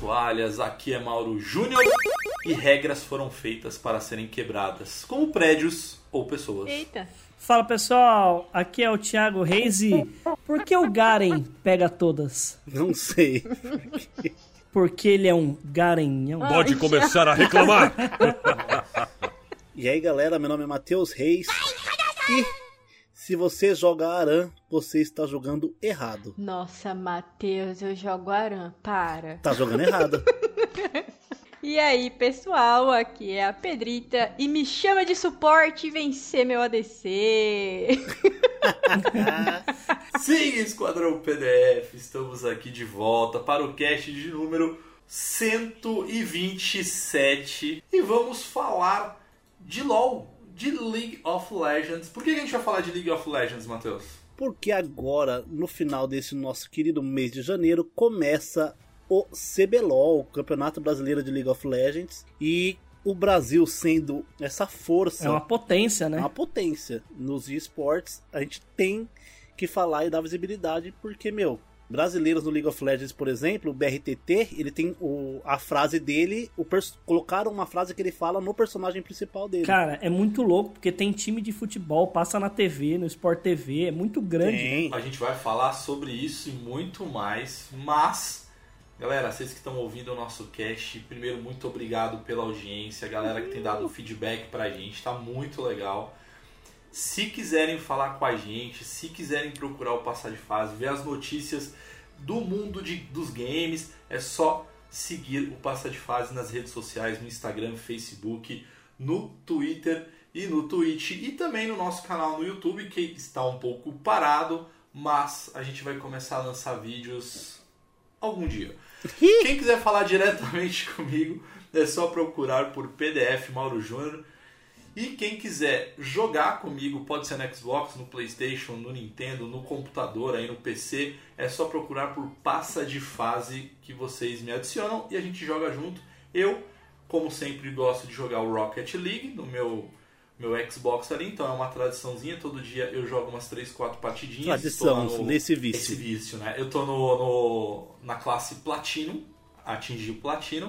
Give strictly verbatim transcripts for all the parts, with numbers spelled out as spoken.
toalhas, aqui é Mauro Júnior e regras foram feitas para serem quebradas, como prédios ou pessoas. Eita! Fala pessoal, aqui é o Thiago Reis e por que o Garen pega todas? Não sei. Porque ele é um garanhão. Pode começar a reclamar. E aí galera, meu nome é Matheus Reis e se você joga Aran, você está jogando errado. Nossa, Matheus, eu jogo Aran, para. Tá jogando errado. E aí, pessoal, aqui é a Pedrita e me chama de suporte e vencer meu A D C. Sim, Esquadrão P D F, estamos aqui de volta para o cast de número cento e vinte e sete e vamos falar de LoL, de League of Legends. Por que a gente vai falar de League of Legends, Matheus? Porque agora, no final desse nosso querido mês de janeiro, começa o C B L O L, o Campeonato Brasileiro de League of Legends, e o Brasil sendo essa força... É uma potência, né? Uma potência nos esportes, a gente tem que falar e dar visibilidade, porque, meu, brasileiros no League of Legends, por exemplo, o B R T T, ele tem o, a frase dele, o pers- colocaram uma frase que ele fala no personagem principal dele. Cara, é muito louco, porque tem time de futebol, passa na T V, no Sport T V, é muito grande. Tem. A gente vai falar sobre isso e muito mais, mas... Galera, vocês que estão ouvindo o nosso cast, primeiro, muito obrigado pela audiência, a galera que tem dado feedback pra gente, tá muito legal. Se quiserem falar com a gente, se quiserem procurar o Passar de Fase, ver as notícias do mundo de, dos games, é só seguir o Passar de Fase nas redes sociais, no Instagram, Facebook, no Twitter e no Twitch, e também no nosso canal no YouTube, que está um pouco parado, mas a gente vai começar a lançar vídeos algum dia. Quem quiser falar diretamente comigo, é só procurar por P D F Mauro Júnior. E quem quiser jogar comigo, pode ser no Xbox, no PlayStation, no Nintendo, no computador, aí no P C, é só procurar por Passa de Fase que vocês me adicionam e a gente joga junto. Eu, como sempre, gosto de jogar o Rocket League no meu, meu Xbox ali, então é uma tradiçãozinha, todo dia eu jogo umas três, quatro partidinhas. Tradição, no, nesse vício. Esse vício, né? Eu tô no, no, na classe Platinum, atingi o Platinum,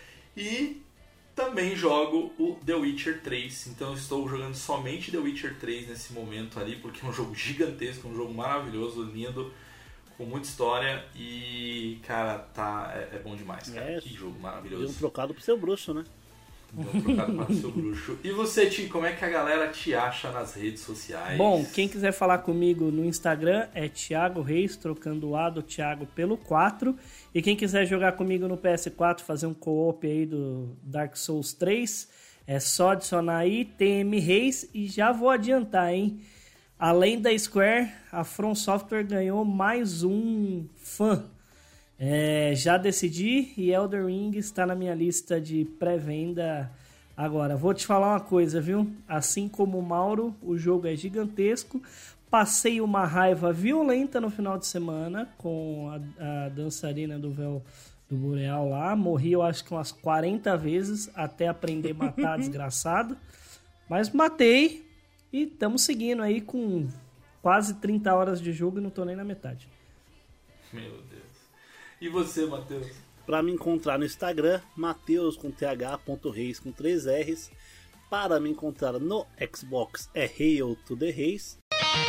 e também jogo o The Witcher três, então eu estou jogando somente The Witcher três nesse momento ali, porque é um jogo gigantesco, um jogo maravilhoso, lindo, com muita história e, cara, tá, é, é bom demais, cara. É, que jogo deu maravilhoso. um trocado pro seu bruxo, né? Deu um trocado para o seu bruxo. E você, Tim, como é que a galera te acha nas redes sociais? Bom, quem quiser falar comigo no Instagram é Thiago Reis, trocando o A do Thiago pelo quatro. E quem quiser jogar comigo no P S quatro, fazer um co-op aí do Dark Souls três, é só adicionar aí T M Reis. E já vou adiantar, hein? Além da Square, a From Software ganhou mais um fã. É, já decidi e Elden Ring está na minha lista de pré-venda agora. Vou te falar uma coisa, viu? Assim como o Mauro, o jogo é gigantesco. Passei uma raiva violenta no final de semana com a, a dançarina do véu do Boreal lá. Morri, eu acho que umas quarenta vezes até aprender a matar a desgraçado. Mas matei e estamos seguindo aí com quase trinta horas de jogo e não tô nem na metade. Meu Deus. E você, Matheus? Para me encontrar no Instagram, Mateus com th.reis com três R's. Para me encontrar no Xbox é Hail to the Reis.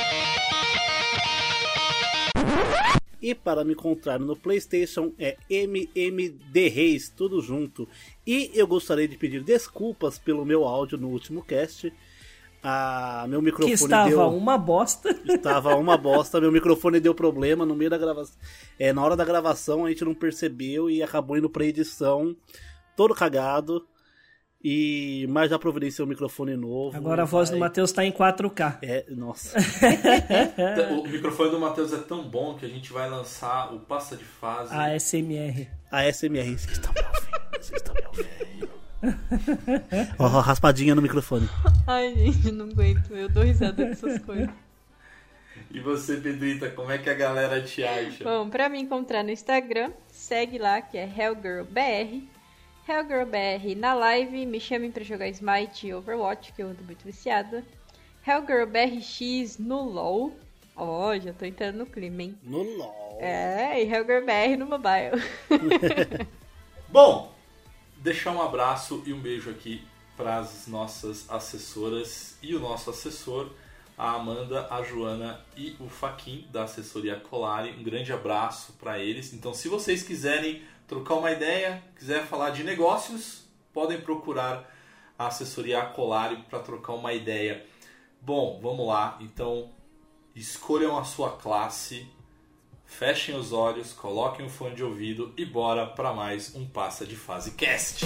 E para me encontrar no PlayStation é M M D Reis, tudo junto. E eu gostaria de pedir desculpas pelo meu áudio no último cast. Ah, meu microfone que estava deu... uma bosta. Estava uma bosta, meu microfone deu problema no meio da gravação. É, na hora da gravação a gente não percebeu e acabou indo pra edição todo cagado. E... Mas já providenciei um microfone novo. Agora a voz vai... do Matheus tá em quatro K. É, nossa. O microfone do Matheus é tão bom que a gente vai lançar o Passa de Fase. A S M R. A S M R, vocês estão me ouvindo? Vocês estão me ouvindo? Ó, oh, raspadinha no microfone. Ai, gente, não aguento. Eu dou risada com essas coisas. E você, Pedrita, como é que a galera te acha? Bom, pra me encontrar no Instagram, segue lá, que é HellGirlBR. HellGirlBR na live, me chamem pra jogar Smite e Overwatch, que eu ando muito viciada. HellGirlBRX no LoL. Ó, oh, já tô entrando no clima, hein? No LoL. É, e HellGirlBR no mobile. Bom, deixar um abraço e um beijo aqui para as nossas assessoras e o nosso assessor, a Amanda, a Joana e o Faquin da assessoria Colari. Um grande abraço para eles. Então, se vocês quiserem trocar uma ideia, quiser falar de negócios, podem procurar a assessoria Colari para trocar uma ideia. Bom, vamos lá. Então, escolham a sua classe, fechem os olhos, coloquem o fone de ouvido e bora para mais um Passa de Fase Cast.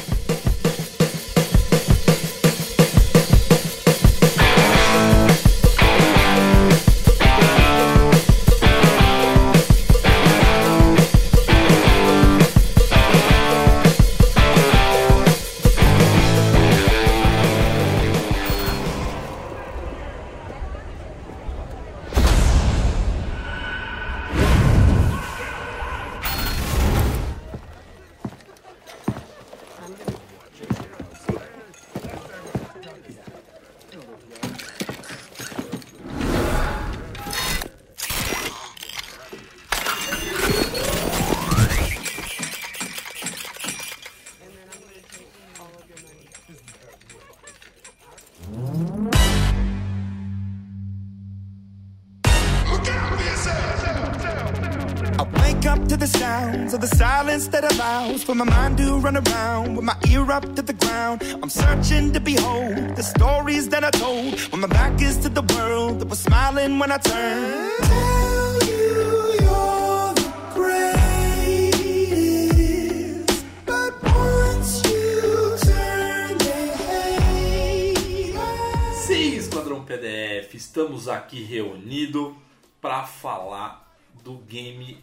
Of the silence that allows for my mind to run around with my ear up to the ground. I'm searching to behold the stories that I told when my back is to the world that was smiling when I turned. Tell you you're the greatest, but once you turn they hate. Sim, Esquadrão P D F, estamos aqui reunidos para falar do game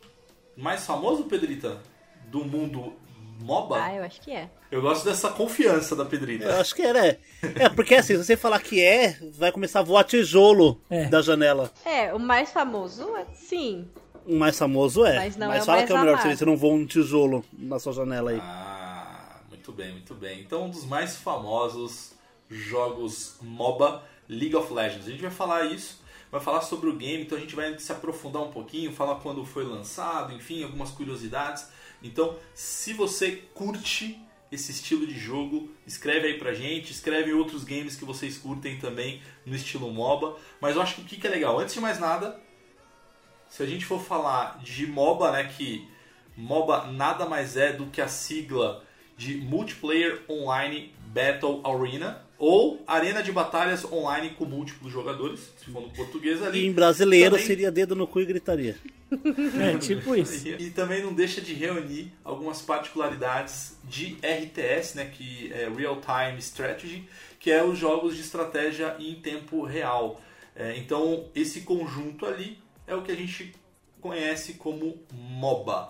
mais famoso, Pedrita, do mundo MOBA? Ah, eu acho que é. Eu gosto dessa confiança da Pedrita. Eu acho que é, né? É, porque assim, se você falar que é, vai começar a voar tijolo É. da janela. É, o mais famoso, sim. O mais famoso é. Mas não Mas é o fala mais que é o melhor, amado. você não voa um tijolo na sua janela aí. Ah, muito bem, muito bem. Então, um dos mais famosos jogos MOBA, League of Legends. A gente vai falar isso, vai falar sobre o game, então a gente vai se aprofundar um pouquinho, falar quando foi lançado, enfim, algumas curiosidades. Então, se você curte esse estilo de jogo, escreve aí pra gente, escreve outros games que vocês curtem também no estilo MOBA. Mas eu acho que o que é legal, antes de mais nada, se a gente for falar de MOBA, né, que MOBA nada mais é do que a sigla de Multiplayer Online Battle Arena, ou Arena de Batalhas Online com múltiplos jogadores, se for no português ali. E em brasileiro também... seria dedo no cu e gritaria. É, tipo isso. E, e também não deixa de reunir algumas particularidades de R T S, né, que é Real Time Strategy, que é os jogos de estratégia em tempo real. É, então, esse conjunto ali é o que a gente conhece como MOBA.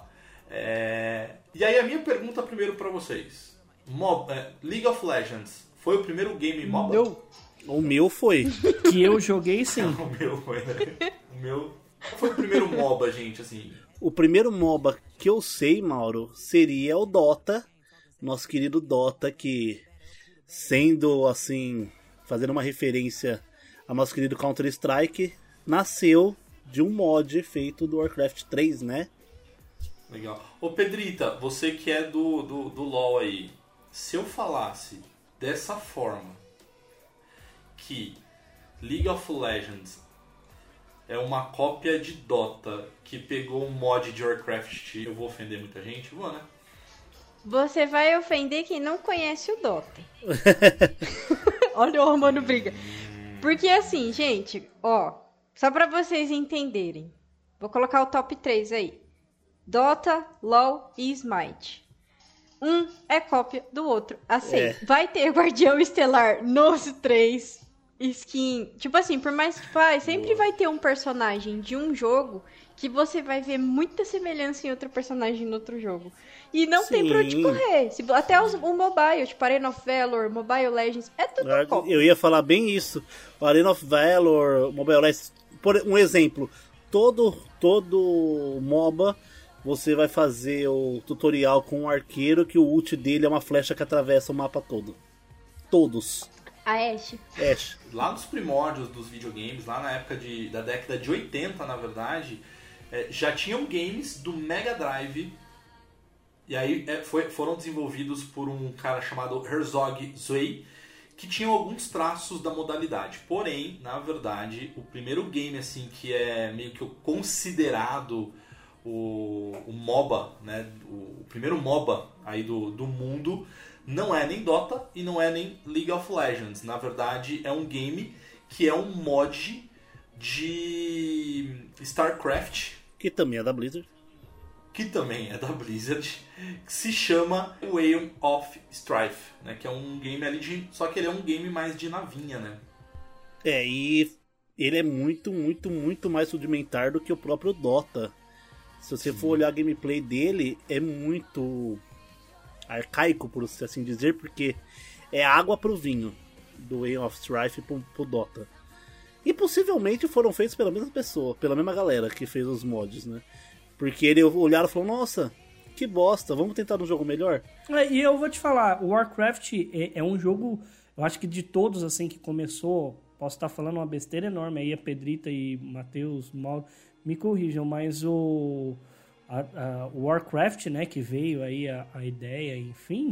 É... E aí a minha pergunta primeiro para vocês. MOBA, é, League of Legends foi o primeiro game MOBA? Não. O meu foi. Que eu joguei sim. O meu foi, né? O meu... Qual foi o primeiro MOBA, gente, assim? O primeiro MOBA que eu sei, Mauro, seria o Dota. Nosso querido Dota, que sendo, assim, fazendo uma referência ao nosso querido Counter-Strike, nasceu de um mod feito do Warcraft três, né? Legal. Ô Pedrita, você que é do, do, do LoL aí, se eu falasse dessa forma que League of Legends é uma cópia de Dota que pegou um mod de Warcraft, eu vou ofender muita gente? Vou, né? Você vai ofender quem não conhece o Dota. Olha o Romano briga. Porque assim, gente, ó, só pra vocês entenderem, vou colocar o top três aí. Dota, LoL e Smite. Um é cópia do outro. Aceito. É. Vai ter Guardião Estelar nos três. Skin. Tipo assim, por mais que vai, sempre vai ter um personagem de um jogo que você vai ver muita semelhança em outro personagem no outro jogo. E não Sim. tem pra onde correr. Se- Até os, o mobile, tipo Arena of Valor, Mobile Legends, é tudo cópia. Eu ia falar bem isso. O Arena of Valor, Mobile Legends, por um exemplo, todo, todo MOBA você vai fazer o tutorial com um arqueiro que o ult dele é uma flecha que atravessa o mapa todo. Todos. A Ashe. Ash. Lá nos primórdios dos videogames, lá na época de, da década de oitenta, na verdade, é, já tinham games do Mega Drive E aí é, foi, foram desenvolvidos por um cara chamado Herzog Zwei, que tinham alguns traços da modalidade. Porém, na verdade, o primeiro game assim que é meio que considerado o, o MOBA, né, o, o primeiro MOBA aí do, do mundo, não é nem Dota e não é nem League of Legends. Na verdade, é um game que é um mod de StarCraft, que também é da Blizzard. que também é da Blizzard, que se chama Way of Strife, né? Que é um game ali de... Só que ele é um game mais de navinha, né? É, e ele é muito, muito, muito mais rudimentar do que o próprio Dota. Se você Sim. for olhar a gameplay dele, é muito arcaico, por assim dizer, porque é água pro vinho do Way of Strife pro, pro Dota. E possivelmente foram feitos pela mesma pessoa, pela mesma galera que fez os mods, né? Porque ele olharam e falou, nossa, que bosta, vamos tentar um jogo melhor? É, e eu vou te falar, o Warcraft é, é um jogo, eu acho que de todos assim que começou, posso estar falando uma besteira enorme aí, a Pedrita e Matheus, Mauro, me corrijam, mas o, a, a, o Warcraft, né, que veio aí a, a ideia, enfim,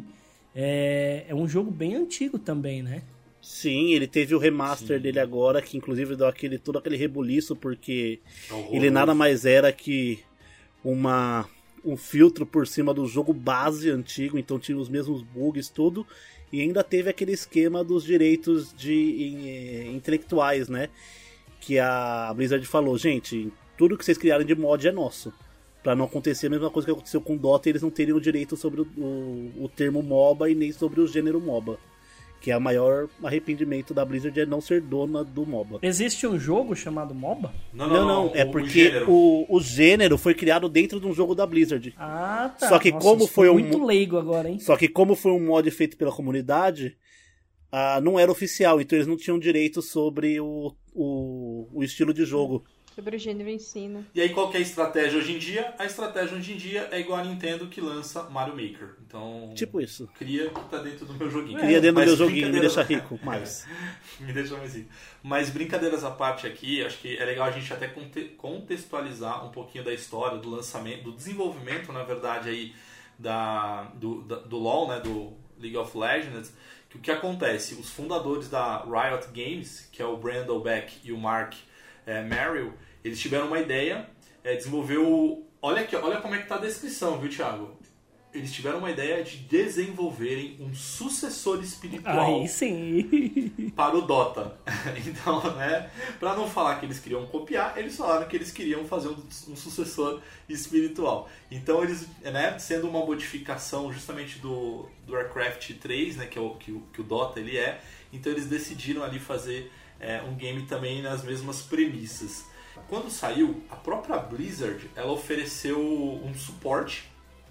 é, é um jogo bem antigo também, né? Sim, ele teve o remaster Sim. dele agora, que inclusive deu aquele, todo aquele rebuliço, porque oh, ele nada mais era que uma, um filtro por cima do jogo base antigo, então tinha os mesmos bugs, tudo, e ainda teve aquele esquema dos direitos de, em, intelectuais, né? Que a Blizzard falou, gente, tudo que vocês criarem de mod é nosso. Pra não acontecer a mesma coisa que aconteceu com Dota, eles não teriam direito sobre o, o, o termo MOBA e nem sobre o gênero MOBA. Que é o maior arrependimento da Blizzard é não ser dona do MOBA. Existe um jogo chamado MOBA? Não, Não, não, não, não é o, porque o gênero. o, o gênero foi criado dentro de um jogo da Blizzard. Ah, tá. Só que Nossa, como isso foi um muito leigo agora, hein? Só que como foi um mod feito pela comunidade, ah, não era oficial, então eles não tinham direito sobre o, o, o estilo de jogo. Sobre o gênero em si, né? E aí qual que é a estratégia hoje em dia? A estratégia hoje em dia é igual a Nintendo que lança Mario Maker. Então, Tipo isso. cria que tá dentro do meu joguinho. Cria dentro do Mas meu joguinho, me brincadeiras- deixa rico, mais. Me deixa mais rico. Mas brincadeiras à parte aqui, acho que é legal a gente até conte- contextualizar um pouquinho da história, do lançamento, do desenvolvimento, na verdade, aí, da, do, da, do LoL, né, do League of Legends. Que o que acontece? Os fundadores da Riot Games, que é o Brandon Beck e o Mark é, Merrill, eles tiveram uma ideia, é, desenvolveu... Olha, aqui, olha como é que tá a descrição, viu, Thiago? Eles tiveram uma ideia de desenvolverem um sucessor espiritual Aí sim. para o Dota. Então, né, para não falar que eles queriam copiar, eles falaram que eles queriam fazer um, um sucessor espiritual. Então, eles, né, sendo uma modificação justamente do, do Warcraft três, né, que, é o, que, o, que o Dota ele é, então eles decidiram ali fazer é, um game também nas mesmas premissas. Quando saiu, a própria Blizzard ela ofereceu um suporte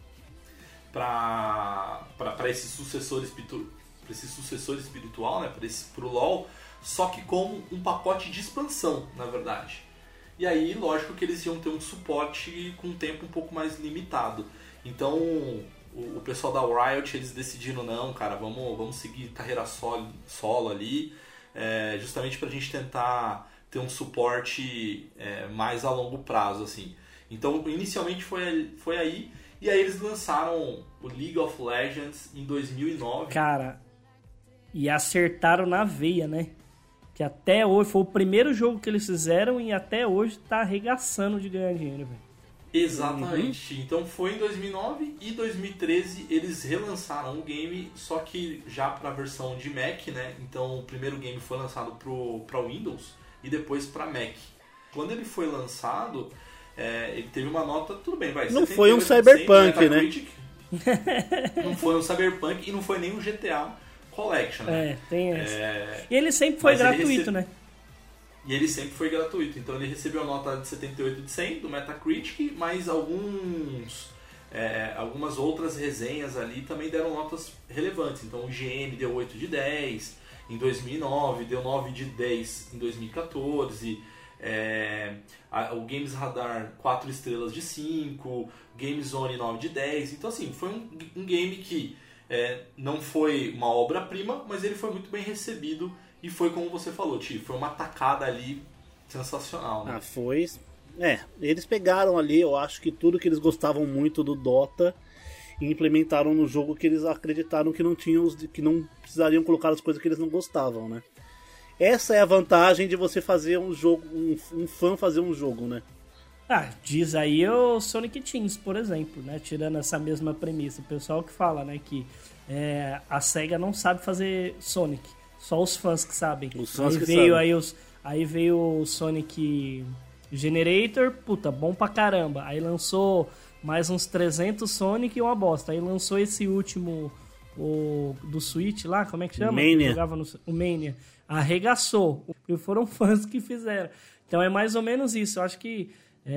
para esse sucessor espiritual, para esse sucessor espiritual, né, para o LoL, só que como um pacote de expansão, na verdade. E aí, lógico que eles iam ter um suporte com um tempo um pouco mais limitado. Então, o, o pessoal da Riot, eles decidiram, não, cara, vamos, vamos seguir carreira solo, solo ali, é, justamente para a gente tentar ter um suporte é, mais a longo prazo, assim. Então, inicialmente foi, foi aí, e aí eles lançaram o League of Legends em dois mil e nove. Cara, e acertaram na veia, né? Que até hoje, foi o primeiro jogo que eles fizeram e até hoje tá arregaçando de ganhar dinheiro, velho. Exatamente. Uhum. Então foi em dois mil e nove e dois mil e treze eles relançaram o game, só que já para a versão de Mac, né? Então o primeiro game foi lançado para Windows e depois para Mac. Quando ele foi lançado, é, ele teve uma nota, tudo bem, vai. Não foi um Cyberpunk, né? Não foi um Cyberpunk e não foi nem um G T A Collection, né? É, tem essa. É... E ele sempre foi Mas gratuito, ele recebe... né? E ele sempre foi gratuito. Então ele recebeu a nota de setenta e oito de cem do Metacritic, mas alguns, é, algumas outras resenhas ali também deram notas relevantes. Então o I G N deu oito de dez em dois mil e nove, deu nove de dez em dois mil e quatorze, é, a, o Games Radar quatro estrelas de cinco, Game Zone nove de dez. Então assim, foi um, um game que é, não foi uma obra-prima, mas ele foi muito bem recebido. E foi como você falou, Ti, foi uma tacada ali sensacional, né? Ah, foi... É, eles pegaram ali, eu acho que tudo que eles gostavam muito do Dota e implementaram no jogo que eles acreditaram que não tinham os, que não precisariam colocar as coisas que eles não gostavam, né? Essa é a vantagem de você fazer um jogo, um, um fã fazer um jogo, né? Ah, diz aí o Sonic Teams, por exemplo, né? Tirando essa mesma premissa. O pessoal que fala, né, que é, a SEGA não sabe fazer Sonic. Só os fãs que sabem. Os fãs aí que veio sabem. aí os Aí veio o Sonic Generator, puta, bom pra caramba. Aí lançou mais uns trezentos Sonic e uma bosta. Aí lançou esse último, o do Switch lá, como é que chama? Mania. Jogava no, o Mania. Arregaçou. E foram fãs que fizeram. Então é mais ou menos isso. Eu acho que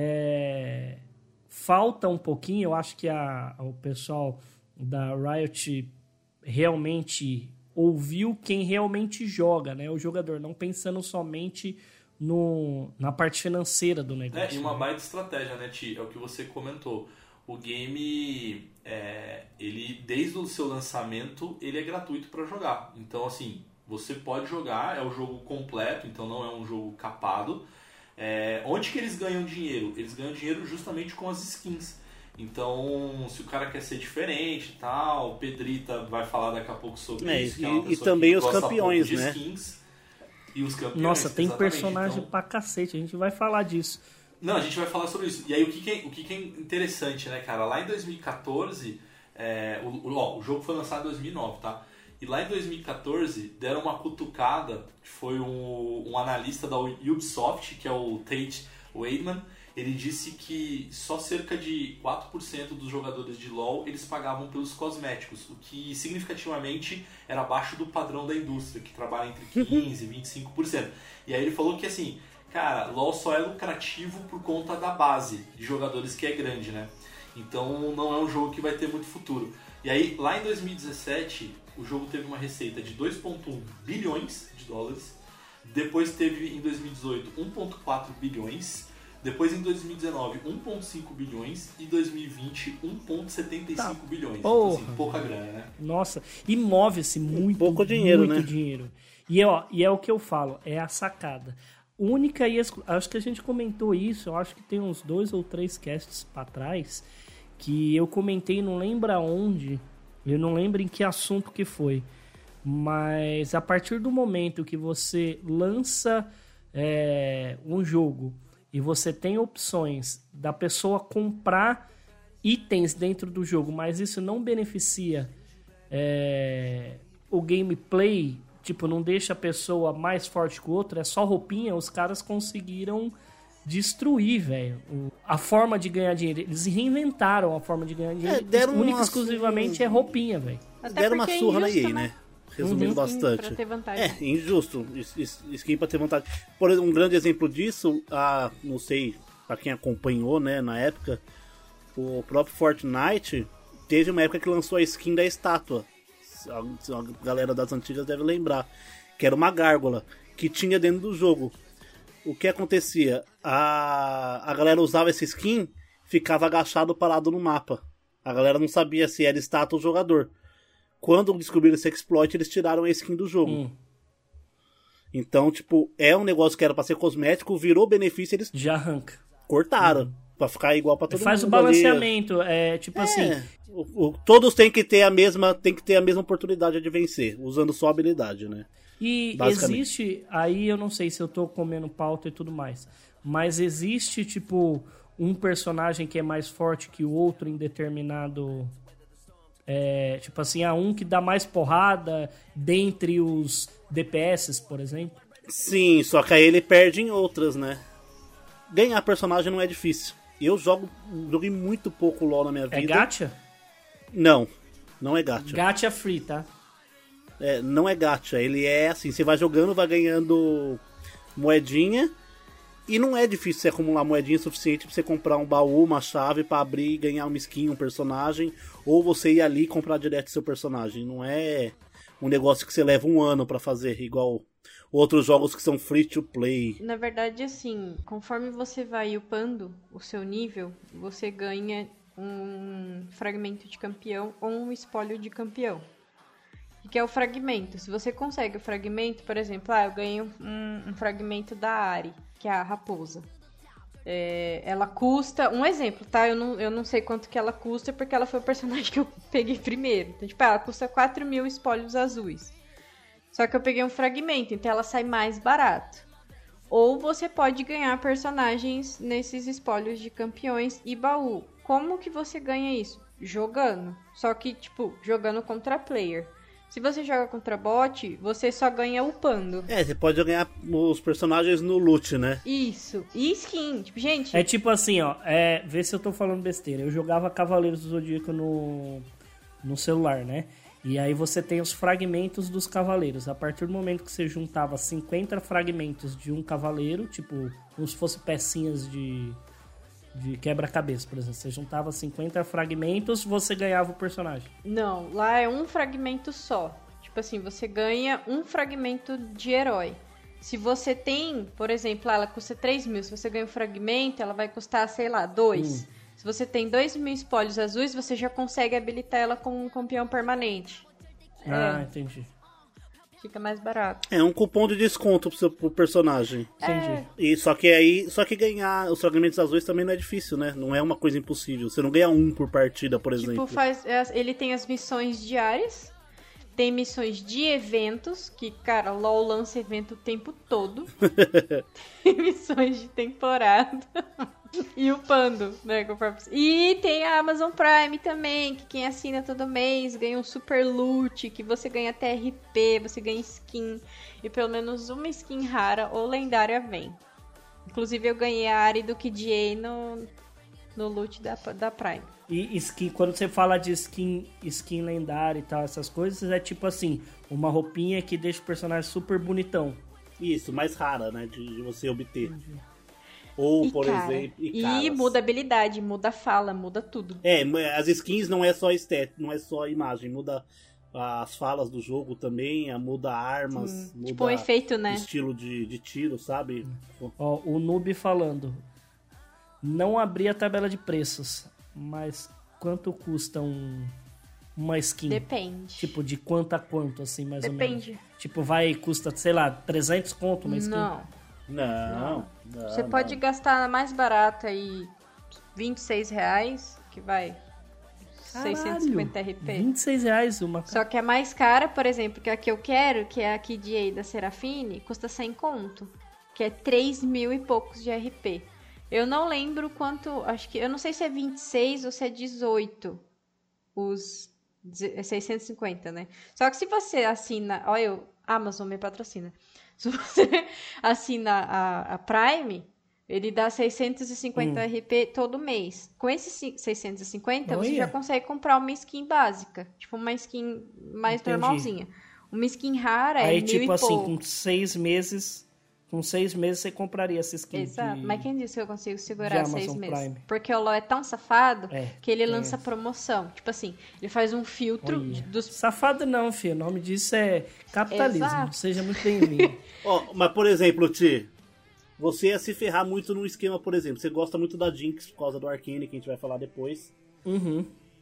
é, falta um pouquinho. Eu acho que a, o pessoal da Riot realmente ouviu quem realmente joga, né? O jogador, não pensando somente no, na parte financeira do negócio. É, e uma baita estratégia, né, Ti? É o que você comentou. O game, é, ele desde o seu lançamento, ele é gratuito para jogar. Então, assim, você pode jogar, é o jogo completo, então não é um jogo capado. É, onde que eles ganham dinheiro? Eles ganham dinheiro justamente com as skins. Então, se o cara quer ser diferente e tal, o Pedrita vai falar daqui a pouco sobre é, isso. E, que é uma e pessoa também que os gosta campeões, pouco de né? skins. E os campeões, Nossa, tem exatamente. personagem Então, pra cacete, a gente vai falar disso. não, a gente vai falar sobre isso. E aí, o que, que, é, o que, que é interessante, né, cara? Lá em dois mil e quatorze, é, o, o, ó, o jogo foi lançado em dois mil e nove, tá? E lá em dois mil e quatorze, deram uma cutucada, que foi um, um analista da Ubisoft, que é o Tate Weidman. Ele disse que só cerca de quatro por cento dos jogadores de LoL eles pagavam pelos cosméticos, o que significativamente era abaixo do padrão da indústria, que trabalha entre quinze por cento e vinte e cinco por cento. E aí ele falou que assim, cara, LoL só é lucrativo por conta da base de jogadores que é grande, né? Então não é um jogo que vai ter muito futuro. E aí, lá em dois mil e dezessete, o jogo teve uma receita de dois vírgula um bilhões de dólares. Depois teve, em dois mil e dezoito, um vírgula quatro bilhões. Depois, em dois mil e dezenove, um vírgula cinco bilhões. E em dois mil e vinte, um vírgula setenta e cinco Tá, bilhões. porra. Então, assim, pouca grana, né? Nossa, e move-se muito, Pouco dinheiro, muito né? dinheiro. E, ó, e é o que eu falo, é a sacada. Única e exclu... Acho que a gente comentou isso, eu acho que tem uns dois ou três casts pra trás, que eu comentei, não lembro aonde, eu não lembro em que assunto que foi, mas a partir do momento que você lança é, um jogo e você tem opções da pessoa comprar itens dentro do jogo, mas isso não beneficia é, o gameplay, tipo, não deixa a pessoa mais forte que o outro, é só roupinha, os caras conseguiram destruir, velho, a forma de ganhar dinheiro. Eles reinventaram a forma de ganhar dinheiro. É, deram única e uma exclusivamente surra. é roupinha, velho. Até Deram uma porque é surra na injusto, E A, né? né? Resumindo Uhum. bastante. Pra ter vantagem. É, injusto. Es- es- Skin pra ter vantagem. Por exemplo, um grande exemplo disso, a, não sei, pra quem acompanhou, né, na época, o próprio Fortnite teve uma época que lançou a skin da estátua. A, a galera das antigas deve lembrar. Que era uma gárgula que tinha dentro do jogo. O que acontecia? A, a galera usava essa skin, ficava agachado parado no mapa. A galera não sabia se era estátua ou jogador. Quando descobriram esse exploit, eles tiraram a skin do jogo. Hum. Então, tipo, é um negócio que era pra ser cosmético, virou benefício, eles Já arranca. cortaram. Uhum. Pra ficar igual pra todo Faz mundo. o balanceamento, é tipo ali. assim, É, o- o- todos têm que ter a mesma, tem que ter a mesma oportunidade de vencer, usando só habilidade, né? e basicamente. existe, aí eu não sei se eu tô comendo pauta e tudo mais, mas existe, tipo, um personagem que é mais forte que o outro em determinado... É, tipo assim, há um que dá mais porrada dentre os D P S, por exemplo. Sim, só que aí ele perde em outras, né? Ganhar personagem não é difícil. Eu jogo, joguei muito pouco LoL na minha vida. É gacha? Não, não é gacha. Gacha free, tá? É, não é gacha, ele é assim, você vai jogando, vai ganhando moedinha e não é difícil você acumular moedinha suficiente pra você comprar um baú, uma chave pra abrir e ganhar uma skin, um personagem, ou você ir ali e comprar direto seu personagem. Não é um negócio que você leva um ano pra fazer, igual outros jogos que são free to play. Na verdade, assim, conforme você vai upando o seu nível, você ganha um fragmento de campeão ou um espólio de campeão. O que é o fragmento? Se você consegue o fragmento, por exemplo, ah, eu ganho um, um fragmento da Ahri, que é a raposa. É, ela custa... Um exemplo, tá? Eu não, eu não sei quanto que ela custa, porque ela foi o personagem que eu peguei primeiro. Então, tipo, ela custa quatro mil espólios azuis. Só que eu peguei um fragmento, então ela sai mais barato. Ou você pode ganhar personagens nesses espólios de campeões e baú. Como que você ganha isso? Jogando. Só que, tipo, jogando contra player. Se você joga contra bot, você só ganha upando. É, você pode ganhar os personagens no loot, né? Isso. E skin. Tipo, gente... É tipo assim, ó. É, vê se eu tô falando besteira. Eu jogava Cavaleiros do Zodíaco no, no celular, né? E aí você tem os fragmentos dos cavaleiros. A partir do momento que você juntava cinquenta fragmentos de um cavaleiro, tipo, como se fossem pecinhas de, de quebra-cabeça, por exemplo. Você juntava cinquenta fragmentos, você ganhava o personagem. Não, lá é um fragmento só. Tipo assim, você ganha um fragmento de herói. Se você tem, por exemplo, ela custa três mil. Se você ganha um fragmento, ela vai custar, sei lá, dois. Hum. Se você tem dois mil espólios azuis, você já consegue habilitar ela como um campeão permanente. Ah, é. entendi. Fica mais barato. É um cupom de desconto pro seu pro personagem. Entendi. É. E só que aí, só que ganhar os fragmentos azuis também não é difícil, né? Não é uma coisa impossível. Você não ganha um por partida, por exemplo. Tipo, faz, ele tem as missões diárias, tem missões de eventos, que, cara, LoL lança evento o tempo todo. Tem missões de temporada. E o Pando, né? E tem a Amazon Prime também, que quem assina todo mês ganha um super loot, que você ganha T R P, você ganha skin, e pelo menos uma skin rara ou lendária vem. Inclusive eu ganhei a Ari do K D A no, no loot da, da Prime. E skin, quando você fala de skin, skin lendária e tal, essas coisas, é tipo assim, uma roupinha que deixa o personagem super bonitão. Isso, mais rara, né? De, de você obter. Entendi. Ou, e por cara, exemplo... E, e muda a habilidade, muda a fala, muda tudo. É, as skins não é só estética, não é só imagem. Muda as falas do jogo também, muda armas, Sim. muda tipo um efeito, né? estilo de, de tiro, sabe? Ó, o Noob falando. Não abri a tabela de preços, mas quanto custa um, uma skin? Depende. Tipo, de quanto a quanto, assim, mais Depende. ou menos? Tipo, vai, custa, sei lá, trezentos conto uma skin? Não. Não, não. Você não. pode gastar na mais barata aí vinte e seis reais, que vai Caralho, seiscentos e cinquenta R P. vinte e seis reais uma. Só que a mais cara, por exemplo, que é a que eu quero, que é a K D A da Serafine, custa cem conto, que é três mil e poucos de R P. Eu não lembro quanto, acho que, eu não sei se é vinte e seis ou se é dezoito, os seiscentos e cinquenta, né? Só que se você assina, olha, eu, Amazon me patrocina. Se você assina a, a Prime, ele dá seiscentos e cinquenta hum. R P todo mês. Com esses seiscentos e cinquenta, Olha. Você já consegue comprar uma skin básica. Tipo, uma skin mais Entendi. Normalzinha. Uma skin rara Aí, é mil tipo e assim, pouco. com seis meses... Com seis meses você compraria essa skin. Exato. De... Mas quem disse que eu consigo segurar de seis Amazon meses? Prime. Porque o LoL é tão safado É, que ele é. lança promoção. Tipo assim, ele faz um filtro Olha. de, dos... Safado não, filho. O nome disso é capitalismo. Exato. Seja muito bem-vindo. Ó, mas, por exemplo, Ti, você ia se ferrar muito num esquema, por exemplo. Você gosta muito da Jinx por causa do Arcane, que a gente vai falar depois. Uhum.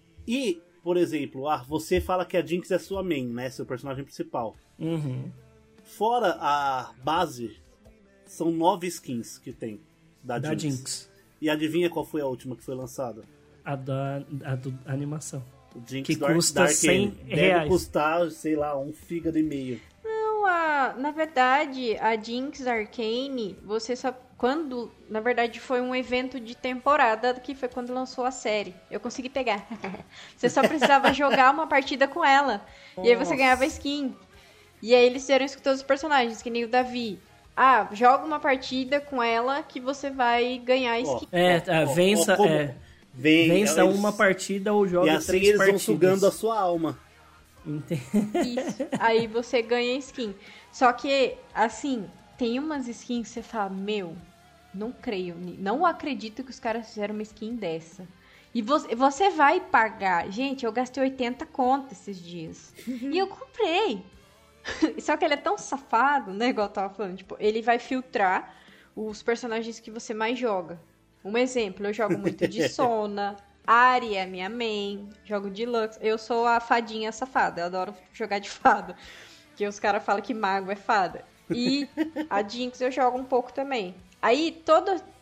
E, por exemplo, ah, você fala que a Jinx é sua main, né? Seu personagem principal. Uhum. Fora a base, são nove skins que tem da, Da Jinx. Jinx. E adivinha qual foi a última que foi lançada? A da a do, a animação. O Jinx Que do Ar- custa da Arcane. cem Deve reais. custar, sei lá, um fígado e meio. Não, a, na verdade, a Jinx Arcane, você só... Quando, na verdade, foi um evento de temporada, que foi quando lançou a série. Eu consegui pegar. Você só precisava jogar uma partida com ela. E aí você Nossa. ganhava skin. E aí eles fizeram isso com todos os personagens, que nem o Davi. Ah, joga uma partida com ela que você vai ganhar skin. É, é, Ó, ó, vença, ó, como- é, Vem, vença eles- uma partida ou joga E assim três eles partidas. vão sugando a sua alma. Ente- Isso. Aí você ganha skin. Só que, assim, tem umas skins que você fala, meu, não creio, ni- não acredito que os caras fizeram uma skin dessa. E você, você vai pagar. Gente, eu gastei oitenta conto esses dias. E eu comprei. Só que ele é tão safado, né? Igual eu tava falando. Tipo, ele vai filtrar os personagens que você mais joga. Um exemplo, eu jogo muito de Sona. Ari é minha main. Jogo de Lux. Eu sou a fadinha safada. Eu adoro jogar de fada. Que os caras falam que mago é fada. E a Jinx eu jogo um pouco também. Aí, todo,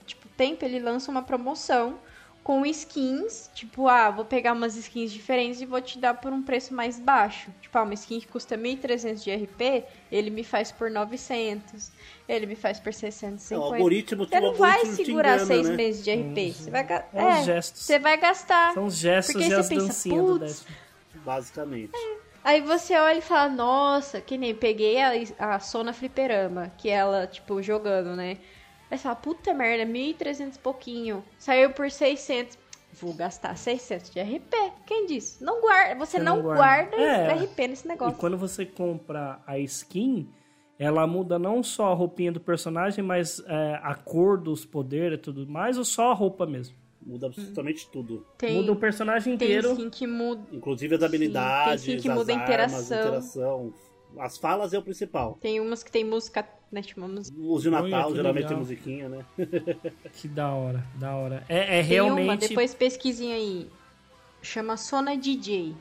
tipo, tempo ele lança uma promoção com skins, tipo, ah, vou pegar umas skins diferentes e vou te dar por um preço mais baixo. Tipo, ah, uma skin que custa mil e trezentos de R P, ele me faz por novecentos, ele me faz por seiscentos e cinquenta. É, o algoritmo, você não o vai algoritmo segurar engana, seis né? meses de R P. Você vai, ga- É os é, gestos. você vai gastar. São os gestos Porque e você as pensa, dancinhas do "Putz, décimo. Basicamente. Aí você olha e fala, nossa, que nem peguei a, a Sona Fliperama, que ela, tipo, jogando, né? Aí você fala, puta merda, mil e trezentos e pouquinho. Saiu por seiscentos. Vou gastar seiscentos de R P. Quem disse? Não guarda. Você, Você não, não guarda, guarda. É. R P nesse negócio. E quando você compra a skin, ela muda não só a roupinha do personagem, mas é, a cor dos poderes e tudo mais, ou só a roupa mesmo? Muda absolutamente tudo. Tem, Muda o personagem tem inteiro. skin que muda. Inclusive as habilidades, Sim, tem skin que as muda a armas, interação. interação. As falas é o principal. Tem umas que tem música, né? Tipo, uma música. Os de Natal, que geralmente legal. tem musiquinha, né? Que da hora, da hora. É, é Tem uma, realmente... depois pesquisem aí. Chama Sona D J.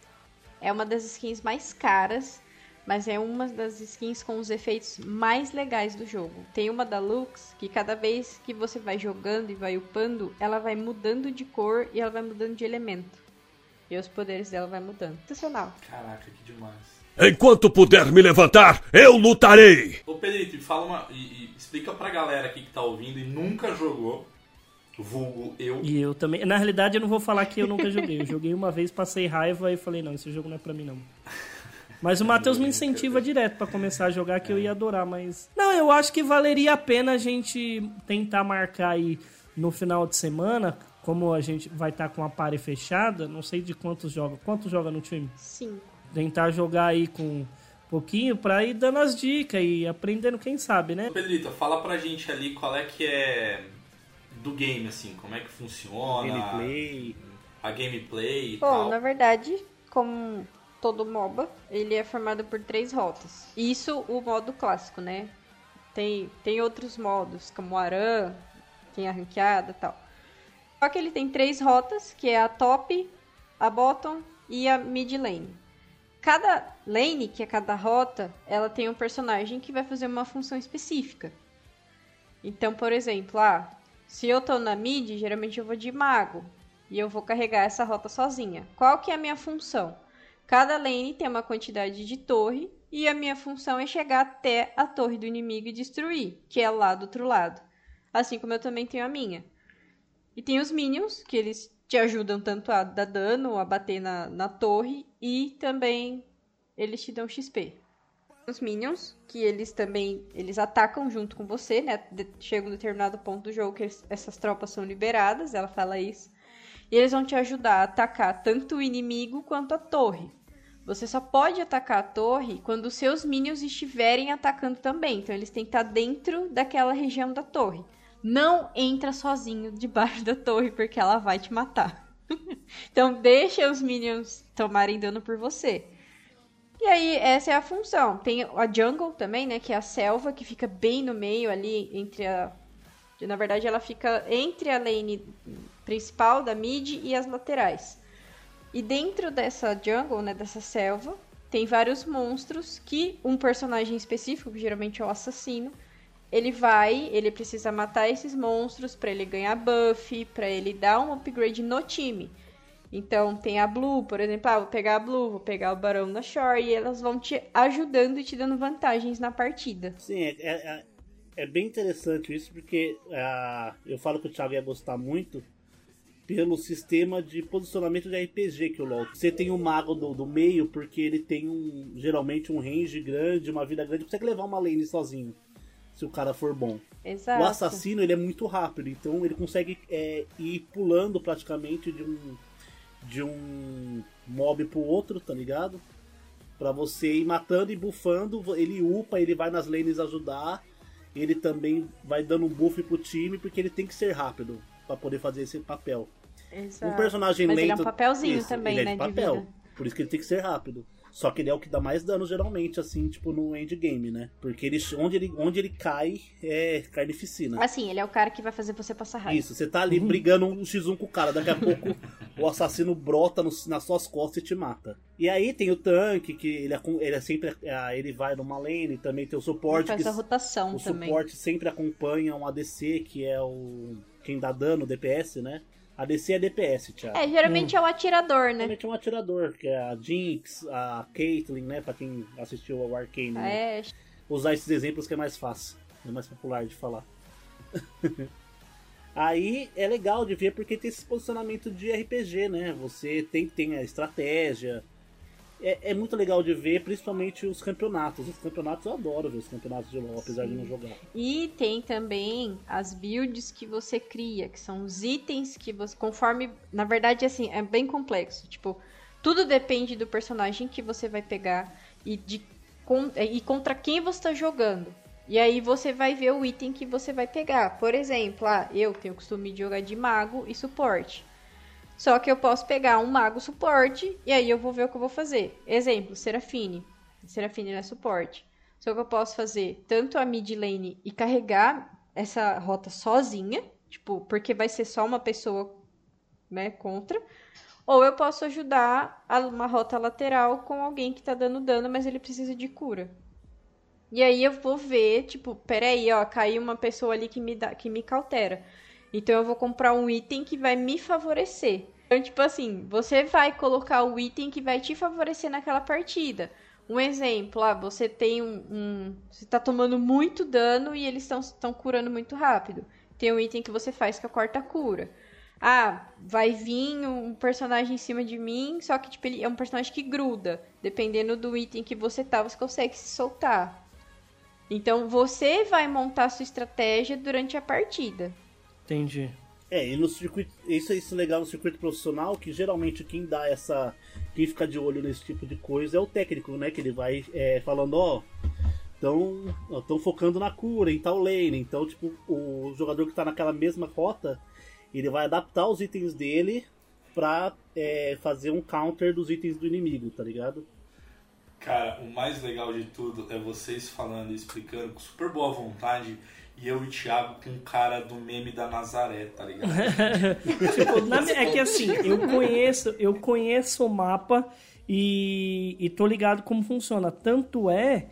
É uma das skins mais caras, mas é uma das skins com os efeitos mais legais do jogo. Tem uma da Lux, que cada vez que você vai jogando e vai upando, ela vai mudando de cor e ela vai mudando de elemento. E os poderes dela vai mudando. Sensacional. Caraca, que demais. Enquanto puder me levantar, eu lutarei! Ô Pedrito, fala uma, e, e explica pra galera aqui que tá ouvindo e nunca jogou, vulgo eu. E eu também. Na realidade, eu não vou falar que eu nunca joguei. Eu joguei uma vez, passei raiva e falei, não, esse jogo não é pra mim, não. Mas o Matheus me incentiva direto pra começar a jogar, que eu ia adorar, mas... Não, eu acho que valeria a pena a gente tentar marcar aí no final de semana, como a gente vai estar com a party fechada, não sei de quantos joga. Quantos joga no time? Sim. Tentar jogar aí com um pouquinho pra ir dando as dicas e aprendendo, quem sabe, né? Ô Pedrito, fala pra gente ali qual é que é do game, assim, como é que funciona, Gameplay. a gameplay e Bom, tal. na verdade, como todo MOBA, ele é formado por três rotas. Isso o modo clássico, né? Tem, tem outros modos, como o Aran, tem a ranqueada e tal. Só que ele tem três rotas, que é a top, a bottom e a mid lane. Cada lane, que é cada rota, ela tem um personagem que vai fazer uma função específica. Então, por exemplo, ah, se eu tô na mid, geralmente eu vou de mago. E eu vou carregar essa rota sozinha. Qual que é a minha função? Cada lane tem uma quantidade de torre. E a minha função é chegar até a torre do inimigo e destruir, que é lá do outro lado. Assim como eu também tenho a minha. E tem os minions, que eles te ajudam tanto a dar dano, a bater na, na torre, e também eles te dão X P. Os minions, que eles também eles atacam junto com você, né? De, chega um determinado ponto do jogo que eles, essas tropas são liberadas, ela fala isso. E eles vão te ajudar a atacar tanto o inimigo quanto a torre. Você só pode atacar a torre quando os seus minions estiverem atacando também. Então eles têm que estar dentro daquela região da torre. Não entra sozinho debaixo da torre, porque ela vai te matar. Então deixa os minions tomarem dano por você. E aí, essa é a função. Tem a jungle também, né? Que é a selva, que fica bem no meio ali, entre a... Na verdade, ela fica entre a lane principal da mid e as laterais. E dentro dessa jungle, né? Dessa selva, tem vários monstros que um personagem específico, que geralmente é o assassino, ele vai, ele precisa matar esses monstros para ele ganhar buff, para ele dar um upgrade no time. Então tem a Blue, por exemplo, ah, vou pegar a Blue, vou pegar o Barão da Shore, e elas vão te ajudando e te dando vantagens na partida. Sim, é, é, é bem interessante isso, porque uh, eu falo que o Thiago ia gostar muito pelo sistema de posicionamento de R P G que o LoL. Você tem o mago do, do meio, porque ele tem um geralmente um range grande, uma vida grande, consegue levar uma lane sozinho, se o cara for bom. Exato. O assassino, ele é muito rápido, então ele consegue é, ir pulando praticamente de um de um mob pro outro, tá ligado? Pra você ir matando e buffando, ele upa, ele vai nas lanes ajudar, ele também vai dando um buff pro time, porque ele tem que ser rápido pra poder fazer esse papel. Exato. Um personagem Mas lento... ele é um papelzinho isso, também, ele é né, de de papel, vida. por isso que ele tem que ser rápido. Só que ele é o que dá mais dano geralmente, assim, tipo, no endgame, né? Porque ele, onde, ele, onde ele cai é carnificina. Assim, ele é o cara que vai fazer você passar raiva. Isso, você tá ali uhum. brigando um xis um com o cara, daqui a pouco o assassino brota no, nas suas costas e te mata. E aí tem o tanque, que ele é, ele é sempre. Ele vai numa lane, também tem o suporte. Ele faz que, a rotação o também. O suporte sempre acompanha um A D C, que é o. Quem dá dano, o D P S, né? A D C é D P S, Thiago. É, geralmente hum. é o atirador, né? Geralmente é um atirador, que é a Jinx, a Caitlyn, né? Pra quem assistiu ao Arcane. Né? É. Usar esses exemplos que é mais fácil. É mais popular de falar. Aí é legal de ver porque tem esse posicionamento de R P G, né? Você tem, tem a estratégia. É, é muito legal de ver, principalmente os campeonatos. Os campeonatos eu adoro ver os campeonatos de LoL, apesar Sim. de não jogar. E tem também as builds que você cria, que são os itens que você... Conforme... Na verdade, assim, é bem complexo. Tipo, tudo depende do personagem que você vai pegar e, de, com, e contra quem você está jogando. E aí você vai ver o item que você vai pegar. Por exemplo, ah, eu tenho o costume de jogar de mago e suporte. Só que eu posso pegar um mago suporte e aí eu vou ver o que eu vou fazer. Exemplo, Serafine. Serafine não é suporte. Só que eu posso fazer tanto a mid lane e carregar essa rota sozinha, tipo, porque vai ser só uma pessoa, né, contra. Ou eu posso ajudar a uma rota lateral com alguém que tá dando dano, mas ele precisa de cura. E aí eu vou ver, tipo, peraí, ó, caiu uma pessoa ali que me, dá, que me cautera. Então eu vou comprar um item que vai me favorecer. Então, tipo assim, você vai colocar o item que vai te favorecer naquela partida. Um exemplo, ah, você tem um... um você tá tomando muito dano e eles estão curando muito rápido. Tem um item que você faz que corta a cura. Ah, vai vir um personagem em cima de mim, só que tipo, ele é um personagem que gruda. Dependendo do item que você tá, você consegue se soltar. Então você vai montar a sua estratégia durante a partida. Entendi. É, e no circuito, isso é isso legal no circuito profissional, que geralmente quem dá essa, quem fica de olho nesse tipo de coisa é o técnico, né? Que ele vai é, falando, ó, estão estão focando na cura em tal lane, então tipo, o jogador que tá naquela mesma rota, ele vai adaptar os itens dele pra é, fazer um counter dos itens do inimigo, tá ligado? Cara, o mais legal de tudo é vocês falando e explicando com super boa vontade. E eu e o Thiago com um cara do meme da Nazaré, tá ligado? Tipo, na, é que assim, eu conheço, eu conheço o mapa e, e tô ligado como funciona. Tanto é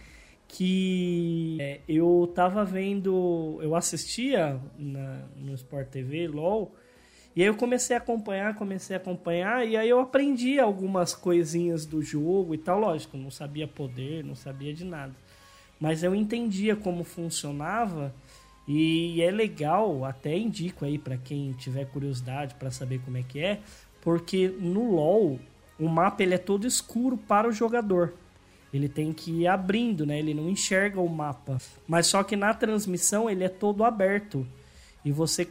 que é, eu tava vendo, eu assistia na, no Sport T V, LOL, e aí eu comecei a acompanhar, comecei a acompanhar, e aí eu aprendi algumas coisinhas do jogo e tal, lógico, não sabia poder, não sabia de nada. Mas eu entendia como funcionava e é legal, até indico aí para quem tiver curiosidade para saber como é que é, porque no LoL o mapa ele é todo escuro para o jogador. Ele tem que ir abrindo, né? Ele não enxerga o mapa. Mas só que na transmissão ele é todo aberto e você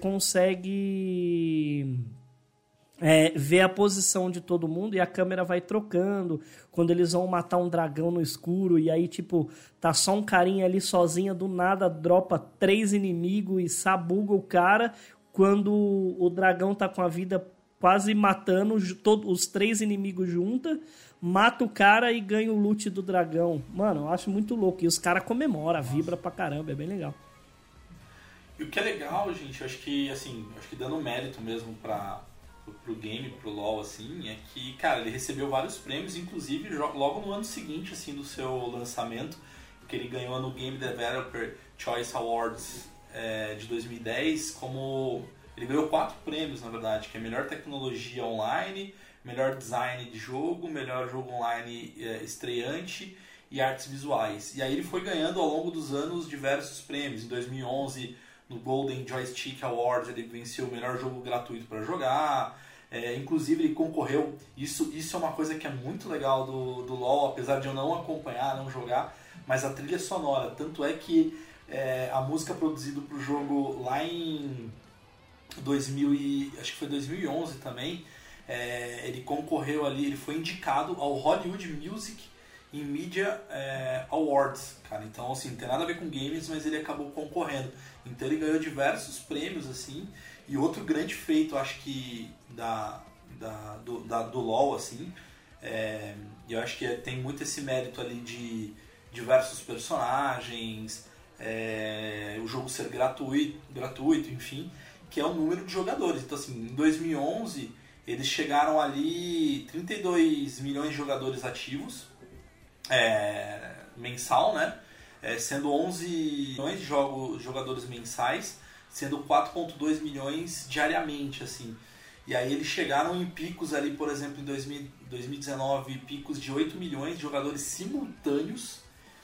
consegue É, ver a posição de todo mundo e a câmera vai trocando quando eles vão matar um dragão no escuro e aí tipo tá só um carinha ali sozinha, do nada dropa três inimigos e sabuga o cara, quando o dragão tá com a vida quase matando todos os três inimigos juntos, mata o cara e ganha o loot do dragão. Mano, eu acho muito louco e os caras comemoram, vibra pra caramba, é bem legal. E o que é legal, gente, eu acho que assim, acho que dando mérito mesmo pra pro game, pro LoL, assim, é que, cara, ele recebeu vários prêmios, inclusive logo no ano seguinte, assim, do seu lançamento, que ele ganhou no Game Developer Choice Awards é, de dois mil e dez, como... Ele ganhou quatro prêmios, na verdade, que é melhor tecnologia online, melhor design de jogo, melhor jogo online é, estreante e artes visuais. E aí ele foi ganhando ao longo dos anos diversos prêmios. Em dois mil e onze... no Golden Joystick Awards ele venceu o melhor jogo gratuito para jogar, é, inclusive ele concorreu, isso, isso é uma coisa que é muito legal do, do LoL, apesar de eu não acompanhar, não jogar, mas a trilha sonora, tanto é que é, a música produzida para o jogo lá em dois mil e, acho que foi dois mil e onze também, é, ele concorreu ali, ele foi indicado ao Hollywood Music em Media é, Awards, cara. Então, assim, não tem nada a ver com games, mas ele acabou concorrendo. Então ele ganhou diversos prêmios, assim. E outro grande feito, acho que, da, da, do, da, do LoL, assim, É, eu acho que tem muito esse mérito ali de diversos personagens, é, o jogo ser gratuito, gratuito, enfim, que é o número de jogadores. Então, assim, em dois mil e onze, eles chegaram ali trinta e dois milhões de jogadores ativos, é, mensal, né? É, sendo onze milhões de jogo, jogadores mensais, sendo quatro vírgula dois milhões diariamente, assim. E aí eles chegaram em picos ali, por exemplo, em dois mil, dois mil e dezenove, picos de oito milhões de jogadores simultâneos.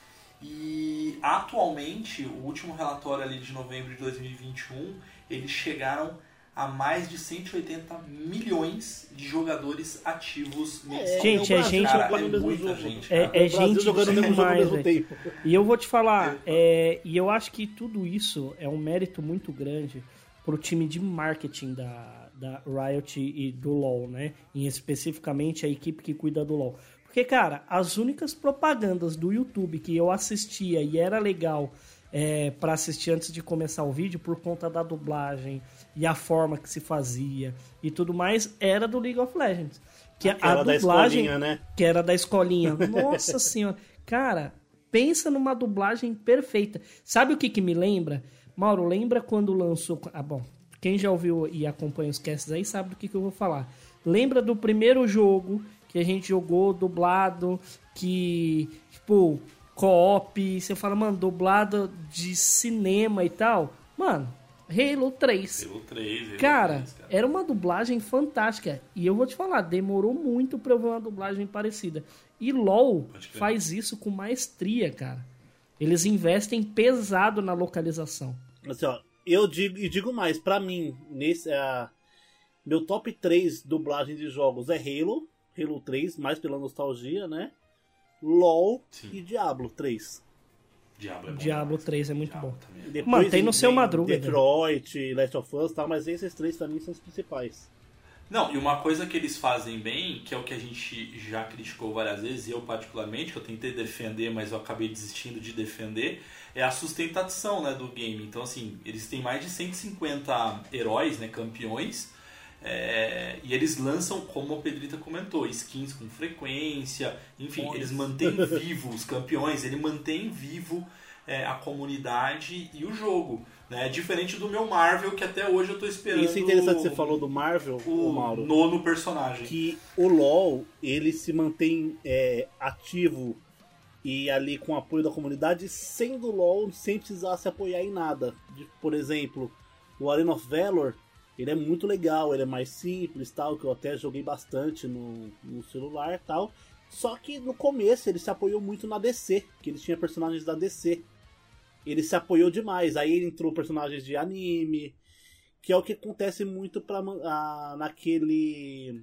E atualmente, o último relatório ali de novembro de dois mil e vinte e um, eles chegaram a mais de cento e oitenta milhões de jogadores ativos mensais. Gente, é gente cara, jogando é muita gente. É, é gente jogando demais, jogo ao mesmo tempo. E eu vou te falar, é, e eu acho que tudo isso é um mérito muito grande pro time de marketing da, da Riot e do LoL, né? E especificamente a equipe que cuida do LoL. Porque, cara, as únicas propagandas do YouTube que eu assistia e era legal é, para assistir antes de começar o vídeo, por conta da dublagem e a forma que se fazia e tudo mais, era do League of Legends. Que Aquela a dublagem, da escolinha, né? Que era da escolinha. Nossa senhora. Cara, pensa numa dublagem perfeita. Sabe o que que me lembra? Mauro, lembra quando lançou... Ah, bom, quem já ouviu e acompanha os casts aí sabe do que que eu vou falar. Lembra do primeiro jogo que a gente jogou dublado, que, tipo, co-op, você fala, mano, dublado de cinema e tal. Mano, Halo três. Halo três, Halo cara, três, cara, era uma dublagem fantástica. E eu vou te falar, demorou muito pra eu ver uma dublagem parecida. E LoL faz isso com maestria, cara. Eles investem pesado na localização. Assim, ó, eu digo, e digo mais, pra mim, nesse, uh, meu top três dublagem de jogos é Halo, Halo três, mais pela nostalgia, né? LoL Sim. e Diablo três. Diablo, é bom Diablo demais. três é muito Diablo bom. Também. Mantém no seu Madruga. Detroit, velho. Last of Us, tá? Mas esses três pra mim são os principais. Não, e uma coisa que eles fazem bem, que é o que a gente já criticou várias vezes, eu particularmente, que eu tentei defender, mas eu acabei desistindo de defender, é a sustentação, né, do game. Então, assim, eles têm mais de cento e cinquenta heróis, né, campeões, é, e eles lançam, como o Pedrita comentou, skins com frequência, enfim, Pois. eles mantêm vivo os campeões, ele mantém vivo é, a comunidade e o jogo. Né? Diferente do meu Marvel, que até hoje eu tô esperando. Isso é interessante que você falou do Marvel, o Mauro. Nono personagem. Que o LoL, ele se mantém é, ativo e ali com o apoio da comunidade, sendo LoL sem precisar se apoiar em nada. De, por exemplo, o Arena of Valor, ele é muito legal, ele é mais simples, tal, que eu até joguei bastante no, no celular e tal. Só que no começo ele se apoiou muito na D C, que ele tinha personagens da D C. Ele se apoiou demais, aí entrou personagens de anime, que é o que acontece muito pra, a, naquele...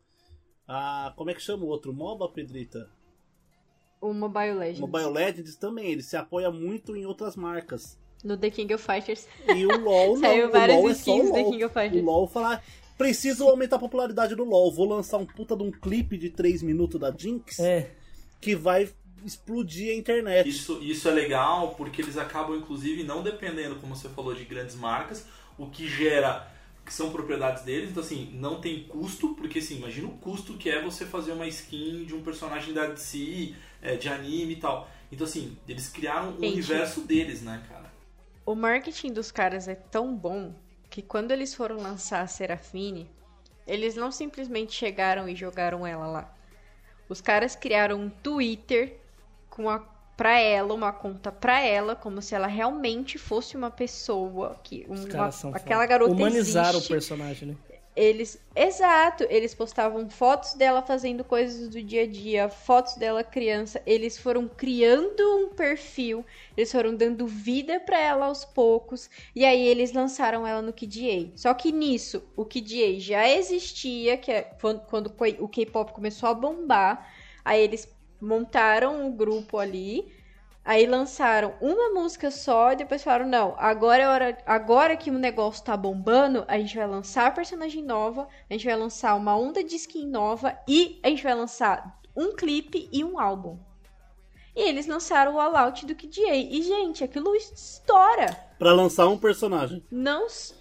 A, como é que chama o outro? MOBA, Pedrita? O Mobile Legends. Mobile Legends também, ele se apoia muito em outras marcas. No The King of Fighters. E o LoL não, Saiu o várias LoL é só o skins do The LoL. King of Fighters. O LoL falar, preciso aumentar a popularidade do LoL, vou lançar um puta de um clipe de três minutos da Jinx, É. que vai explodir a internet. Isso, isso é legal porque eles acabam, inclusive, não dependendo, como você falou, de grandes marcas, o que gera, que são propriedades deles, então assim, não tem custo, porque assim, imagina o custo que é você fazer uma skin de um personagem da D C, é, de anime e tal. Então assim, eles criaram o Gente, universo deles, né, cara? O marketing dos caras é tão bom que quando eles foram lançar a Seraphine, eles não simplesmente chegaram e jogaram ela lá. Os caras criaram um Twitter com a, pra ela, uma conta pra ela, como se ela realmente fosse uma pessoa. Que Os uma, caras são aquela foda. garota Humanizaram existe. o personagem, né? Eles, exato, eles postavam fotos dela fazendo coisas do dia a dia, fotos dela criança, eles foram criando um perfil, eles foram dando vida pra ela aos poucos, e aí eles lançaram ela no K D A. Só que nisso, o K D A já existia, que é quando, quando o K-pop começou a bombar, aí eles montaram um grupo ali, aí lançaram uma música só e depois falaram, não, agora é hora, agora que o negócio tá bombando, a gente vai lançar a personagem nova, a gente vai lançar uma onda de skin nova e a gente vai lançar um clipe e um álbum. E eles lançaram o All Out do K D A. E, gente, aquilo estoura. Pra lançar um personagem. Não...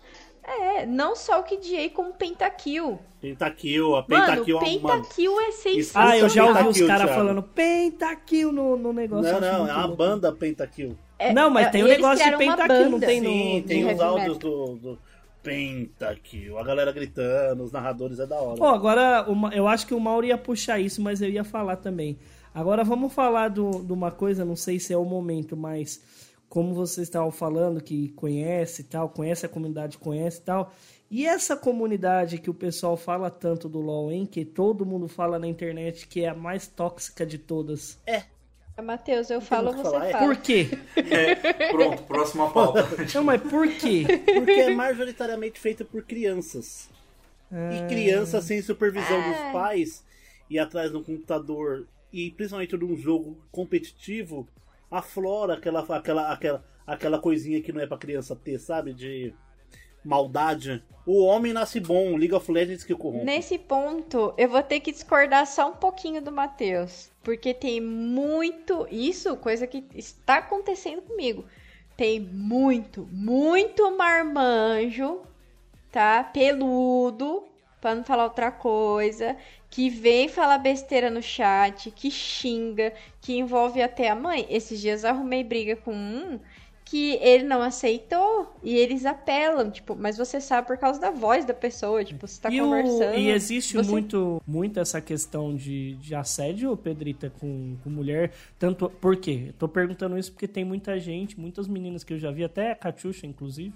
É, não só o K D A, como o Pentakill. Pentakill, a Mano, Pentakill... Pentakill é sensacional. Ah, eu já ouvi os Pentakill, caras Thiago. falando Pentakill no, no negócio. Não, eu acho não, muito é uma louco. banda Pentakill. É, Não, mas é, tem um eles negócio de criaram uma Pentakill, não banda. tem no... Sim, tem no os heavy áudios metal. do, do Pentakill, a galera gritando, os narradores, é da hora. Pô, agora, uma, eu acho que o Mauro ia puxar isso, mas eu ia falar também. Agora vamos falar do- de uma coisa, não sei se é o momento, mas como vocês estavam falando, que conhece e tal, conhece a comunidade, conhece e tal. E essa comunidade que o pessoal fala tanto do LoL, hein? Que todo mundo fala na internet que é a mais tóxica de todas. Matheus, eu falo, muito o que você falar, é. fala. Por quê? É, pronto, próxima pauta. Não, mas por quê? Porque é majoritariamente feita por crianças. E crianças sem supervisão Ah. dos pais e atrás do computador e principalmente de um jogo competitivo, aflora aquela, aquela, aquela, aquela coisinha que não é pra criança ter, sabe? De maldade. O homem nasce bom, League of Legends que corrompe. Nesse ponto, eu vou ter que discordar só um pouquinho do Matheus. Porque tem muito... Isso, coisa que está acontecendo comigo. Tem muito, muito marmanjo, tá? Peludo, pra não falar outra coisa, que vem falar besteira no chat, que xinga, que envolve até a mãe. Esses dias eu arrumei briga com um que ele não aceitou e eles apelam, tipo, mas você sabe por causa da voz da pessoa, tipo, você tá E, o- conversando... e existe você- muito, muito essa questão de, de assédio, Pedrita, com, com mulher. Tanto, por quê? Eu tô perguntando isso porque tem muita gente, muitas meninas que eu já vi, até a Catiuxa, inclusive,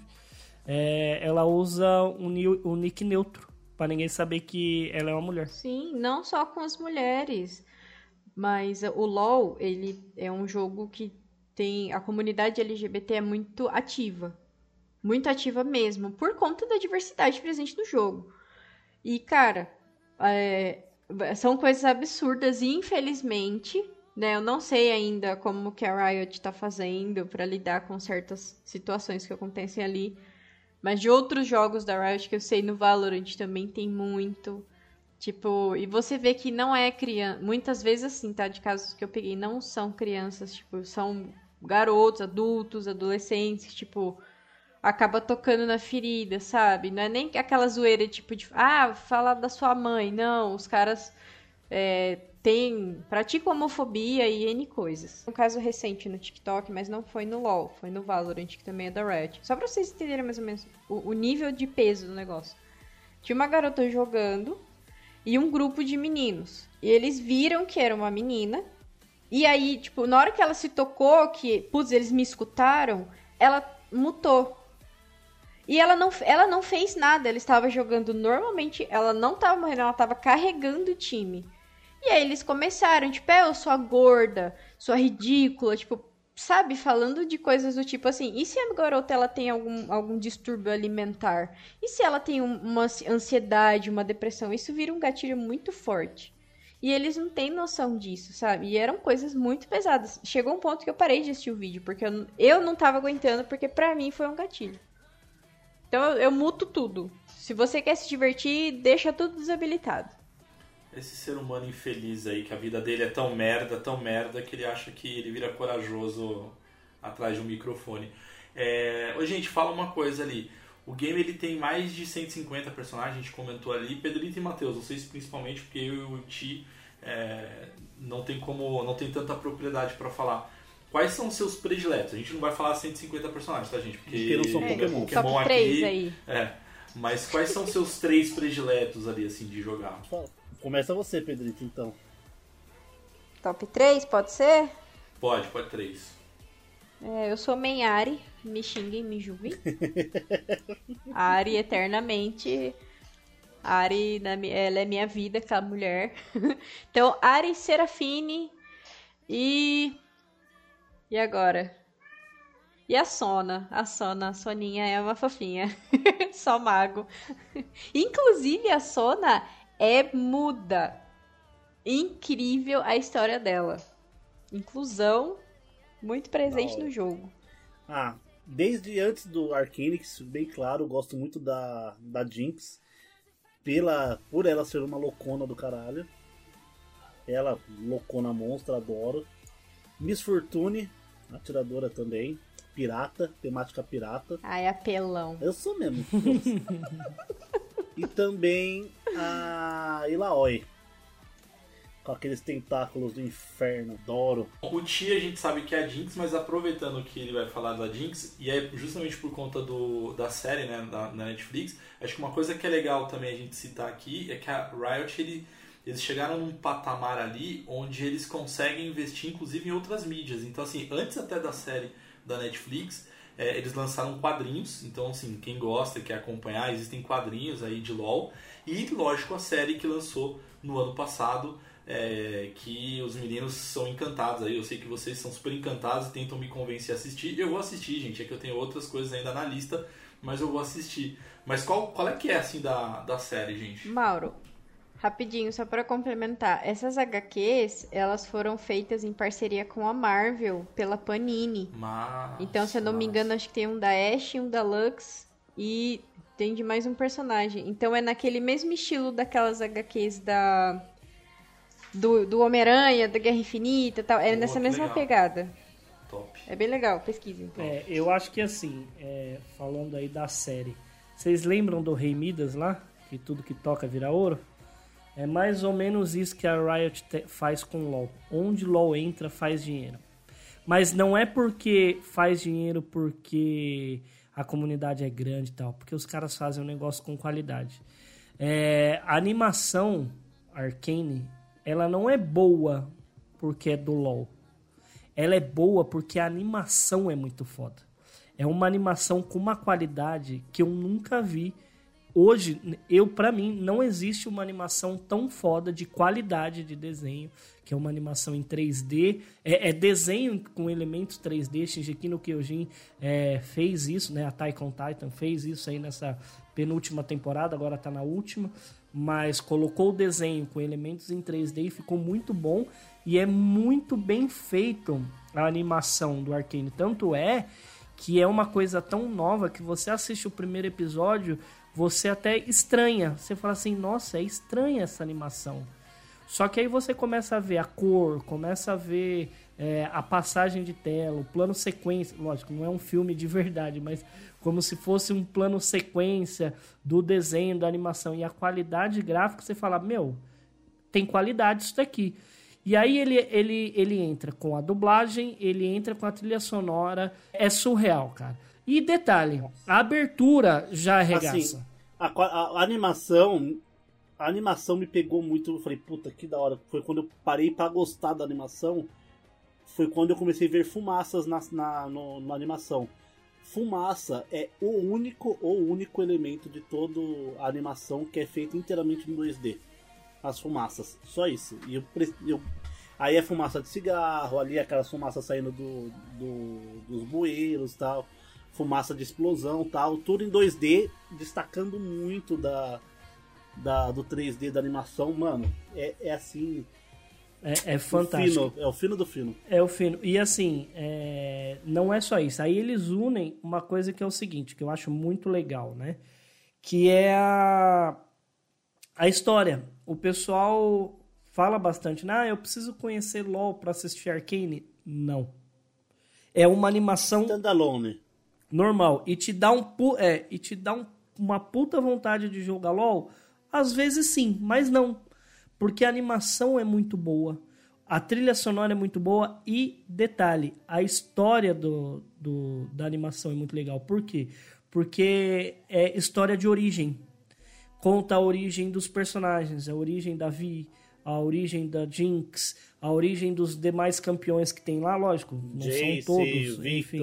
é, ela usa um, ni- um nick neutro, pra ninguém saber que ela é uma mulher. Sim, não só com as mulheres, mas o LoL, ele é um jogo que tem... A comunidade L G B T é muito ativa. Muito ativa mesmo, por conta da diversidade presente no jogo. E, cara, é, são coisas absurdas e, infelizmente, né, eu não sei ainda como que a Riot tá fazendo pra lidar com certas situações que acontecem ali, mas de outros jogos da Riot que eu sei, no Valorant também tem muito. Tipo, e você vê que não é criança. Muitas vezes, assim, tá? De casos que eu peguei, não são crianças, tipo, são garotos, adultos, adolescentes, que, tipo, acaba tocando na ferida, sabe? Não é nem aquela zoeira, tipo, de, ah, fala da sua mãe. Não, os caras é, têm, praticam homofobia e N coisas. Um caso recente no TikTok, mas não foi no LoL, foi no Valorant, que também é da Riot. Só pra vocês entenderem mais ou menos o, o nível de peso do negócio. Tinha uma garota jogando e um grupo de meninos. E eles viram que era uma menina. E aí, tipo, na hora que ela se tocou, que, putz, eles me escutaram, ela mutou. E ela não, ela não fez nada, ela estava jogando normalmente, ela não estava morrendo, ela estava carregando o time. E aí eles começaram, tipo, é, eu sou a gorda, sou a ridícula, tipo, sabe, falando de coisas do tipo assim, e se a garota ela tem algum, algum distúrbio alimentar? E se ela tem um, uma ansiedade, uma depressão? Isso vira um gatilho muito forte. E eles não têm noção disso, sabe? E eram coisas muito pesadas. Chegou um ponto que eu parei de assistir o vídeo, porque eu, eu não tava aguentando, porque pra mim foi um gatilho. Então eu, eu muto tudo. Se você quer se divertir, deixa tudo desabilitado. Esse ser humano infeliz aí, que a vida dele é tão merda, tão merda, que ele acha que ele vira corajoso atrás de um microfone. É... Ô, gente, fala uma coisa ali. O game ele tem mais de cento e cinquenta personagens, a gente comentou ali. Pedrito e Matheus, vocês principalmente, porque eu e o Ti é... não tem como, não tem tanta propriedade pra falar. Quais são os seus prediletos? A gente não vai falar cento e cinquenta personagens, tá, gente? Porque, Porque não são É, Pokémon. Pokémon top três aqui, aí. É. Mas quais são os seus três prediletos ali, assim, de jogar? Começa você, Pedrito, então. Top três, pode ser? Pode, pode três. É, eu sou main Ari, me xinguem, me julguem. Ari eternamente. Ari, na mi- ela é minha vida, aquela mulher. Então, Ari, Serafine e... E agora? E a Sona. A Sona, a Soninha é uma fofinha. Só mago. Inclusive, a Sona é muda. Incrível a história dela. Inclusão muito presente Da hora. no jogo. Ah, desde antes do Arcanix, bem claro, eu gosto muito da, da Jinx. Pela, por ela ser uma loucona do caralho. Ela, loucona monstra, adoro. Miss Fortune, atiradora também. pirata, temática pirata. Ai, apelão. Eu sou mesmo. E também a Ilaoi, com aqueles tentáculos do inferno, adoro. O Tia a gente sabe que é a Jinx, mas aproveitando que ele vai falar da Jinx, e é justamente por conta do, da série, né, da, da Netflix, acho que uma coisa que é legal também a gente citar aqui é que a Riot, ele, eles chegaram num patamar ali onde eles conseguem investir inclusive em outras mídias. Então assim, antes até da série da Netflix, é, eles lançaram quadrinhos, então assim, quem gosta, quer acompanhar, existem quadrinhos aí de LoL, e lógico a série que lançou no ano passado, É, que os meninos são encantados aí. Eu sei que vocês são super encantados e tentam me convencer a assistir. Eu vou assistir, gente, é que eu tenho outras coisas ainda na lista, mas eu vou assistir. Mas qual, qual é que é, assim, da, da série, gente? Mauro, rapidinho, só pra complementar. Essas H Qs, elas foram feitas em parceria com a Marvel, pela Panini. Massa, então, se eu não me engano, acho que tem um da Ashe, um da Lux e tem de mais um personagem. Então, é naquele mesmo estilo daquelas H Qs da... Do, do Homem-Aranha, da Guerra Infinita e tal. É Pô, nessa mesma legal. pegada. Top. É bem legal, pesquisa então. É, eu acho que assim, é, falando aí da série, vocês lembram do Rei Midas lá? Que tudo que toca vira ouro? É mais ou menos isso que a Riot te- faz com LoL. Onde LoL entra, faz dinheiro. Mas não é porque faz dinheiro porque a comunidade é grande e tal. Porque os caras fazem um negócio com qualidade. É, a animação Arcane, ela não é boa porque é do LoL. Ela é boa porque a animação é muito foda. É uma animação com uma qualidade que eu nunca vi. Hoje, eu para mim, não existe uma animação tão foda de qualidade de desenho, que é uma animação em três D. É, é desenho com elementos três D. Shingeki no Kyojin é, fez isso, né? A Attack on Titan fez isso aí nessa penúltima temporada, agora tá na última. Mas colocou o desenho com elementos em três D e ficou muito bom. E é muito bem feito a animação do Arcane. Tanto é que é uma coisa tão nova que você assiste o primeiro episódio, você até estranha. Você fala assim, nossa, é estranha essa animação. Só que aí você começa a ver a cor, começa a ver é, a passagem de tela, o plano sequência. Lógico, não é um filme de verdade, mas como se fosse um plano sequência do desenho, da animação. E a qualidade gráfica, você fala, meu, tem qualidade isso daqui. E aí ele, ele, ele entra com a dublagem, ele entra com a trilha sonora. É surreal, cara. E detalhe, a abertura já arregaça. Assim, a, a, a animação... A animação me pegou muito. Eu falei, puta, que da hora. Foi quando eu parei pra gostar da animação. Foi quando eu comecei a ver fumaças na, na, no, na animação. Fumaça é o único, o único elemento de toda a animação que é feito inteiramente em dois D. As fumaças. Só isso. E eu, eu, aí é fumaça de cigarro, ali aquelas fumaças saindo do, do, dos bueiros e tal. Fumaça de explosão e tal. Tudo em dois D, destacando muito da... Da, do três D da animação, mano, é, é assim... É, é fantástico. Fino, é o fino do fino. É o fino. E assim, é, não é só isso. Aí eles unem uma coisa que é o seguinte, que eu acho muito legal, né? Que é a, a história. O pessoal fala bastante, ah, eu preciso conhecer LoL pra assistir Arcane. Não. É uma animação... Standalone. Normal. E te dá, um, é, e te dá um, uma puta vontade de jogar LoL... Às vezes sim, mas não. Porque a animação é muito boa. A trilha sonora é muito boa. E, detalhe, a história do, do, da animação é muito legal. Por quê? Porque é história de origem. Conta a origem dos personagens. A origem da Vi, a origem da Jinx, a origem dos demais campeões que tem lá. Lógico, não Jace, são todos. Victor, enfim.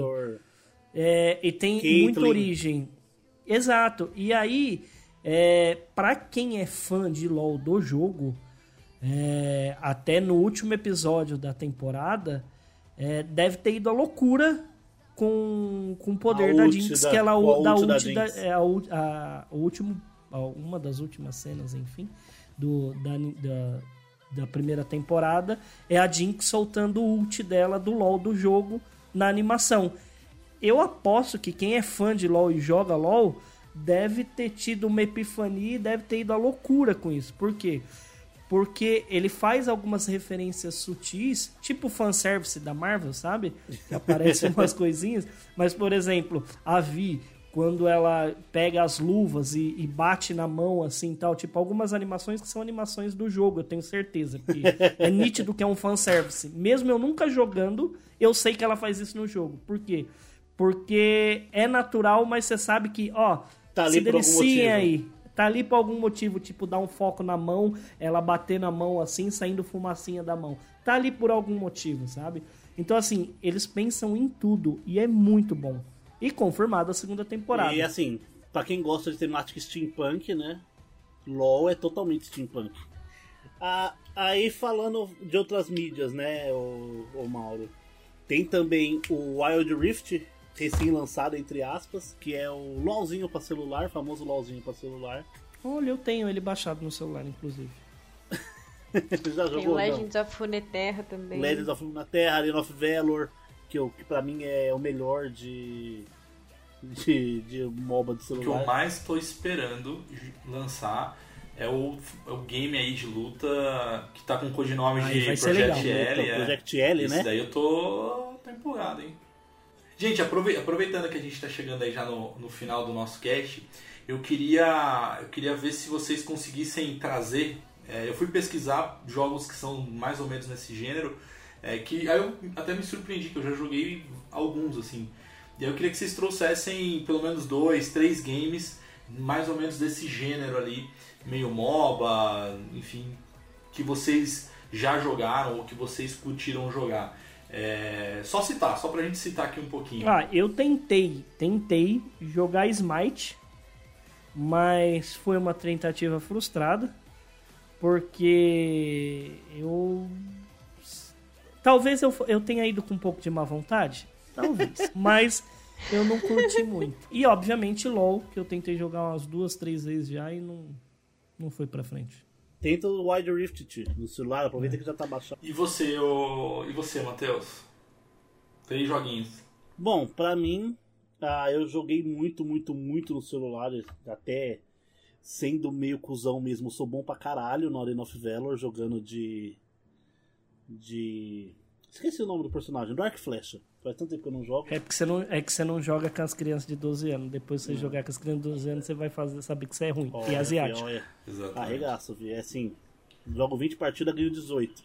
É, e tem Caitlyn. muita origem. Exato. E aí... É, para quem é fã de LoL do jogo, é, até no último episódio da temporada, é, deve ter ido à loucura com, com o poder a da ult Jinx, da, que ela a da ult ult da da, Jinx. é, a, a, o último, a, uma das últimas cenas, enfim, do, da, da, da primeira temporada, é a Jinx soltando o ult dela do LoL do jogo na animação. Eu aposto que quem é fã de LoL e joga LoL deve ter tido uma epifania e deve ter ido à loucura com isso. Por quê? porque ele faz algumas referências sutis, tipo fanservice da Marvel, sabe? Que aparecem umas coisinhas. Mas, por exemplo, a Vi, quando ela pega as luvas e, e bate na mão, assim, tal. Tipo, algumas animações que são animações do jogo, eu tenho certeza. Porque é nítido que é um fanservice. Mesmo eu nunca jogando, eu sei que ela faz isso no jogo. Por quê? Porque é natural, mas você sabe que, ó, tá se ali por algum motivo. deliciem aí. Tá ali por algum motivo, tipo, dar um foco na mão, ela bater na mão assim, saindo fumacinha da mão. Tá ali por algum motivo, sabe? Então, assim, eles pensam em tudo e é muito bom. E confirmado a segunda temporada. E assim, pra quem gosta de temática steampunk, né? LoL é totalmente steampunk. Ah, aí falando de outras mídias, né, o, o Mauro? Tem também o Wild Rift, recém-lançado, entre aspas, que é o LoLzinho pra celular, famoso LoLzinho pra celular. Olha, eu tenho ele baixado no celular, inclusive. Já jogou, Tem o Legends não? of Runeterra também. Legends of Runeterra, Arena of Valor, que, eu, que pra mim é o melhor de, de, de MOBA de celular. O que eu mais tô esperando lançar é o, é o game aí de luta que tá com o codinome Aí de vai ser Project legal. L. Luta, é. Project L, Esse né? daí eu tô, tô empolgado, hein? Gente, aprove- aproveitando que a gente tá chegando aí já no, no final do nosso cast, eu queria, eu queria ver se vocês conseguissem trazer... É, eu fui pesquisar jogos que são mais ou menos nesse gênero, é, que aí eu até me surpreendi, que eu já joguei alguns, assim. E aí eu queria que vocês trouxessem pelo menos dois, três games mais ou menos desse gênero ali, meio MOBA, enfim, que vocês já jogaram ou que vocês curtiram jogar. É, só citar, só pra gente citar aqui um pouquinho. Ah, eu tentei, tentei jogar Smite, mas foi uma tentativa frustrada, porque eu... Talvez eu, eu tenha ido com um pouco de má vontade, talvez, mas eu não curti muito. E, obviamente, LoL, que eu tentei jogar umas duas, três vezes já e não, não foi pra frente. Tenta o Wild Rift no celular, aproveita que já tá baixado. E você, ô... e você, Matheus? Três joguinhos. Bom, pra mim, ah, eu joguei muito, muito, muito no celular, até sendo meio cuzão mesmo, sou bom pra caralho no Arena of Valor, jogando de... de... Esqueci o nome do personagem, Dark Flash. Faz tanto tempo que eu não jogo. É porque você não, é que você não joga com as crianças de doze anos. Depois você Não. jogar com as crianças de doze anos, você vai fazer, saber que você é ruim. Olha, e asiático. Olha, Exatamente. arregaço, vi. É assim, jogo vinte partidas, ganho dezoito.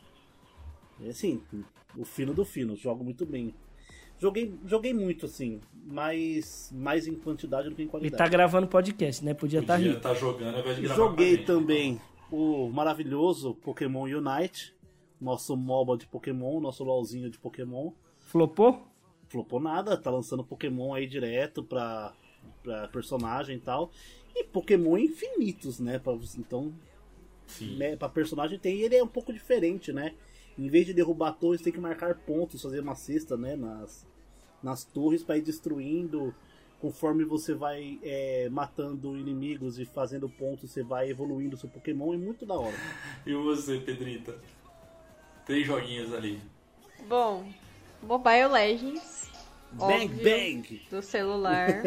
É assim, o fino do fino, jogo muito bem. Joguei, joguei muito, assim, mas mais em quantidade do que em E qualidade. tá gravando podcast, né? Podia estar tá Podia rindo. estar jogando ao invés de gravar Joguei com a gente. também o maravilhoso Pokémon Unite, nosso MOBA de Pokémon, nosso LOLzinho de Pokémon. Flopou? Flopou nada, tá lançando Pokémon aí direto pra, pra personagem e tal. E Pokémon infinitos, né? Pra, então, Sim. né, pra personagem tem. E ele é um pouco diferente, né? Em vez de derrubar torres, tem que marcar pontos, fazer uma cesta, né? Nas, nas torres pra ir destruindo. Conforme você vai é, matando inimigos e fazendo pontos, você vai evoluindo seu Pokémon. É muito da hora. E você, Pedrita? Três joguinhos ali. Bom, Mobile Legends. Bang, óbvio, bang! do celular.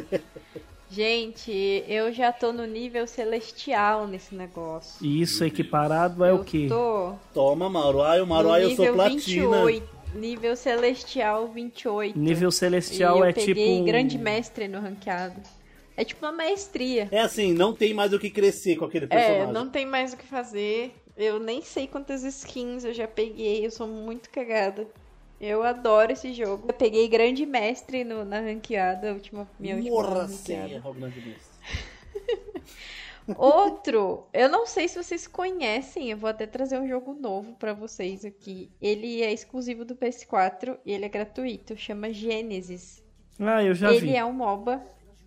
Gente, eu já tô no nível celestial nesse negócio. E isso equiparado é eu o quê? tô Toma, Maruai, o no Maruai eu sou nível platina. vinte e oito. Nível celestial vinte e oito. Nível E celestial eu é peguei tipo... um- grande mestre no ranqueado. É tipo uma maestria. É assim, não tem mais o que crescer com aquele personagem. É, não tem mais o que fazer. Eu nem sei quantas skins eu já peguei. Eu sou muito cagada. Eu adoro esse jogo. Eu peguei grande mestre no, na ranqueada. A última, minha última Morra ranqueada. senha, o grande mestre. Outro, eu não sei se vocês conhecem, eu vou até trazer um jogo novo pra vocês aqui. Ele é exclusivo do P S quatro e ele é gratuito, chama Genesis. Ah, eu já ele vi. é um MOBA.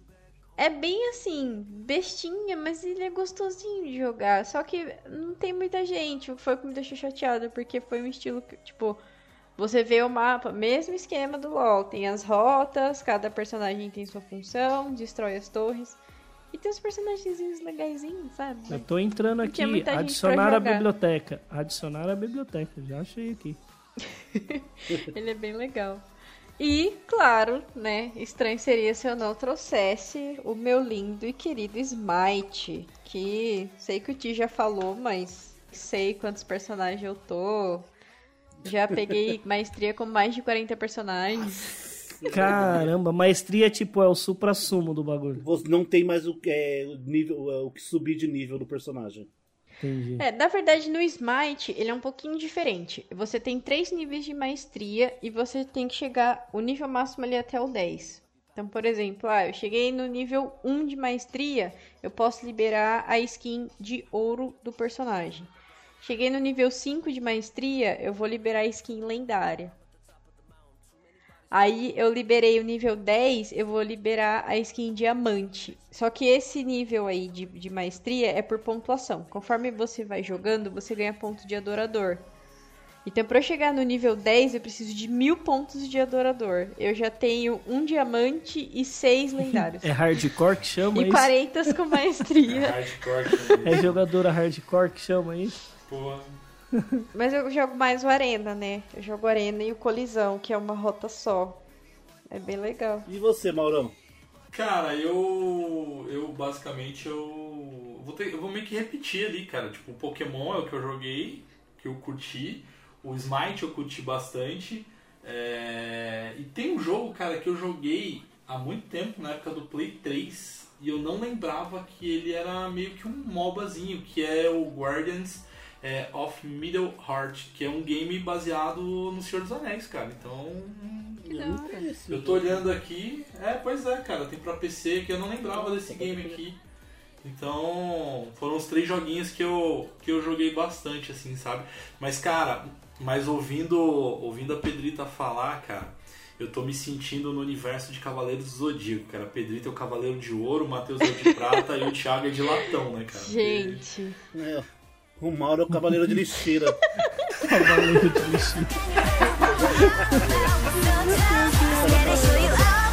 É bem assim, bestinha, mas ele é gostosinho de jogar. Só que não tem muita gente, foi o que me deixou chateada, porque foi um estilo que, tipo, você vê o mapa, mesmo esquema do LoL, tem as rotas, cada personagem tem sua função, destrói as torres. E tem uns personagens legaisinhos, sabe? Eu tô entrando Não aqui, tinha muita gente adicionar pra a jogar. biblioteca. Adicionar a biblioteca, já achei aqui. Ele é bem legal. E, claro, né, estranho seria se eu não trouxesse o meu lindo e querido Smite, que sei que o Ti já falou, mas que sei quantos personagens eu tô. Já peguei maestria com mais de quarenta personagens. Caramba, maestria tipo é o supra-sumo do bagulho. Você não tem mais o, é, o, nível, o que subir de nível do personagem. Entendi. É, na verdade, no Smite, ele é um pouquinho diferente. Você tem três níveis de maestria e você tem que chegar o nível máximo ali até o dez. Então, por exemplo, ah, eu cheguei no nível um de maestria, eu posso liberar a skin de ouro do personagem. Cheguei no nível cinco de maestria, eu vou liberar a skin lendária. Aí eu liberei o nível dez, eu vou liberar a skin diamante. Só que esse nível aí de, de maestria é por pontuação. Conforme você vai jogando, você ganha ponto de adorador. Então, pra eu chegar no nível dez, eu preciso de mil pontos de adorador. Eu já tenho um diamante e seis lendários. É hardcore que chama e isso? E quarenta com maestria. É hardcore. É jogadora hardcore que chama isso? Porra. Mas eu jogo mais o Arena, né? Eu jogo o Arena e o Colisão, que é uma rota só. É bem legal. E você, Maurão? Cara, eu. Eu basicamente eu. Vou ter, eu vou meio que repetir ali, cara. Tipo, o Pokémon é o que eu joguei, que eu curti. O Smite eu curti bastante. É... E tem um jogo, cara, que eu joguei há muito tempo, na época do Play três. E eu não lembrava que ele era meio que um MOBAzinho, que é o Guardians É, of Middle Heart, que é um game baseado no Senhor dos Anéis, cara. Então, eu, eu tô olhando aqui. É, pois é, cara, tem pra P C, que eu não lembrava desse game aqui. Então, foram os três joguinhos que eu, que eu joguei bastante, assim, sabe? Mas, cara, mas ouvindo, ouvindo a Pedrita falar, cara, eu tô me sentindo no universo de Cavaleiros do Zodíaco, cara. A Pedrita é o Cavaleiro de Ouro, o Matheus é o de Prata e o Thiago é de Latão, né, cara? Gente... É. O Mauro é o Cavaleiro de Lixeira. Cavaleiro de Lixeira.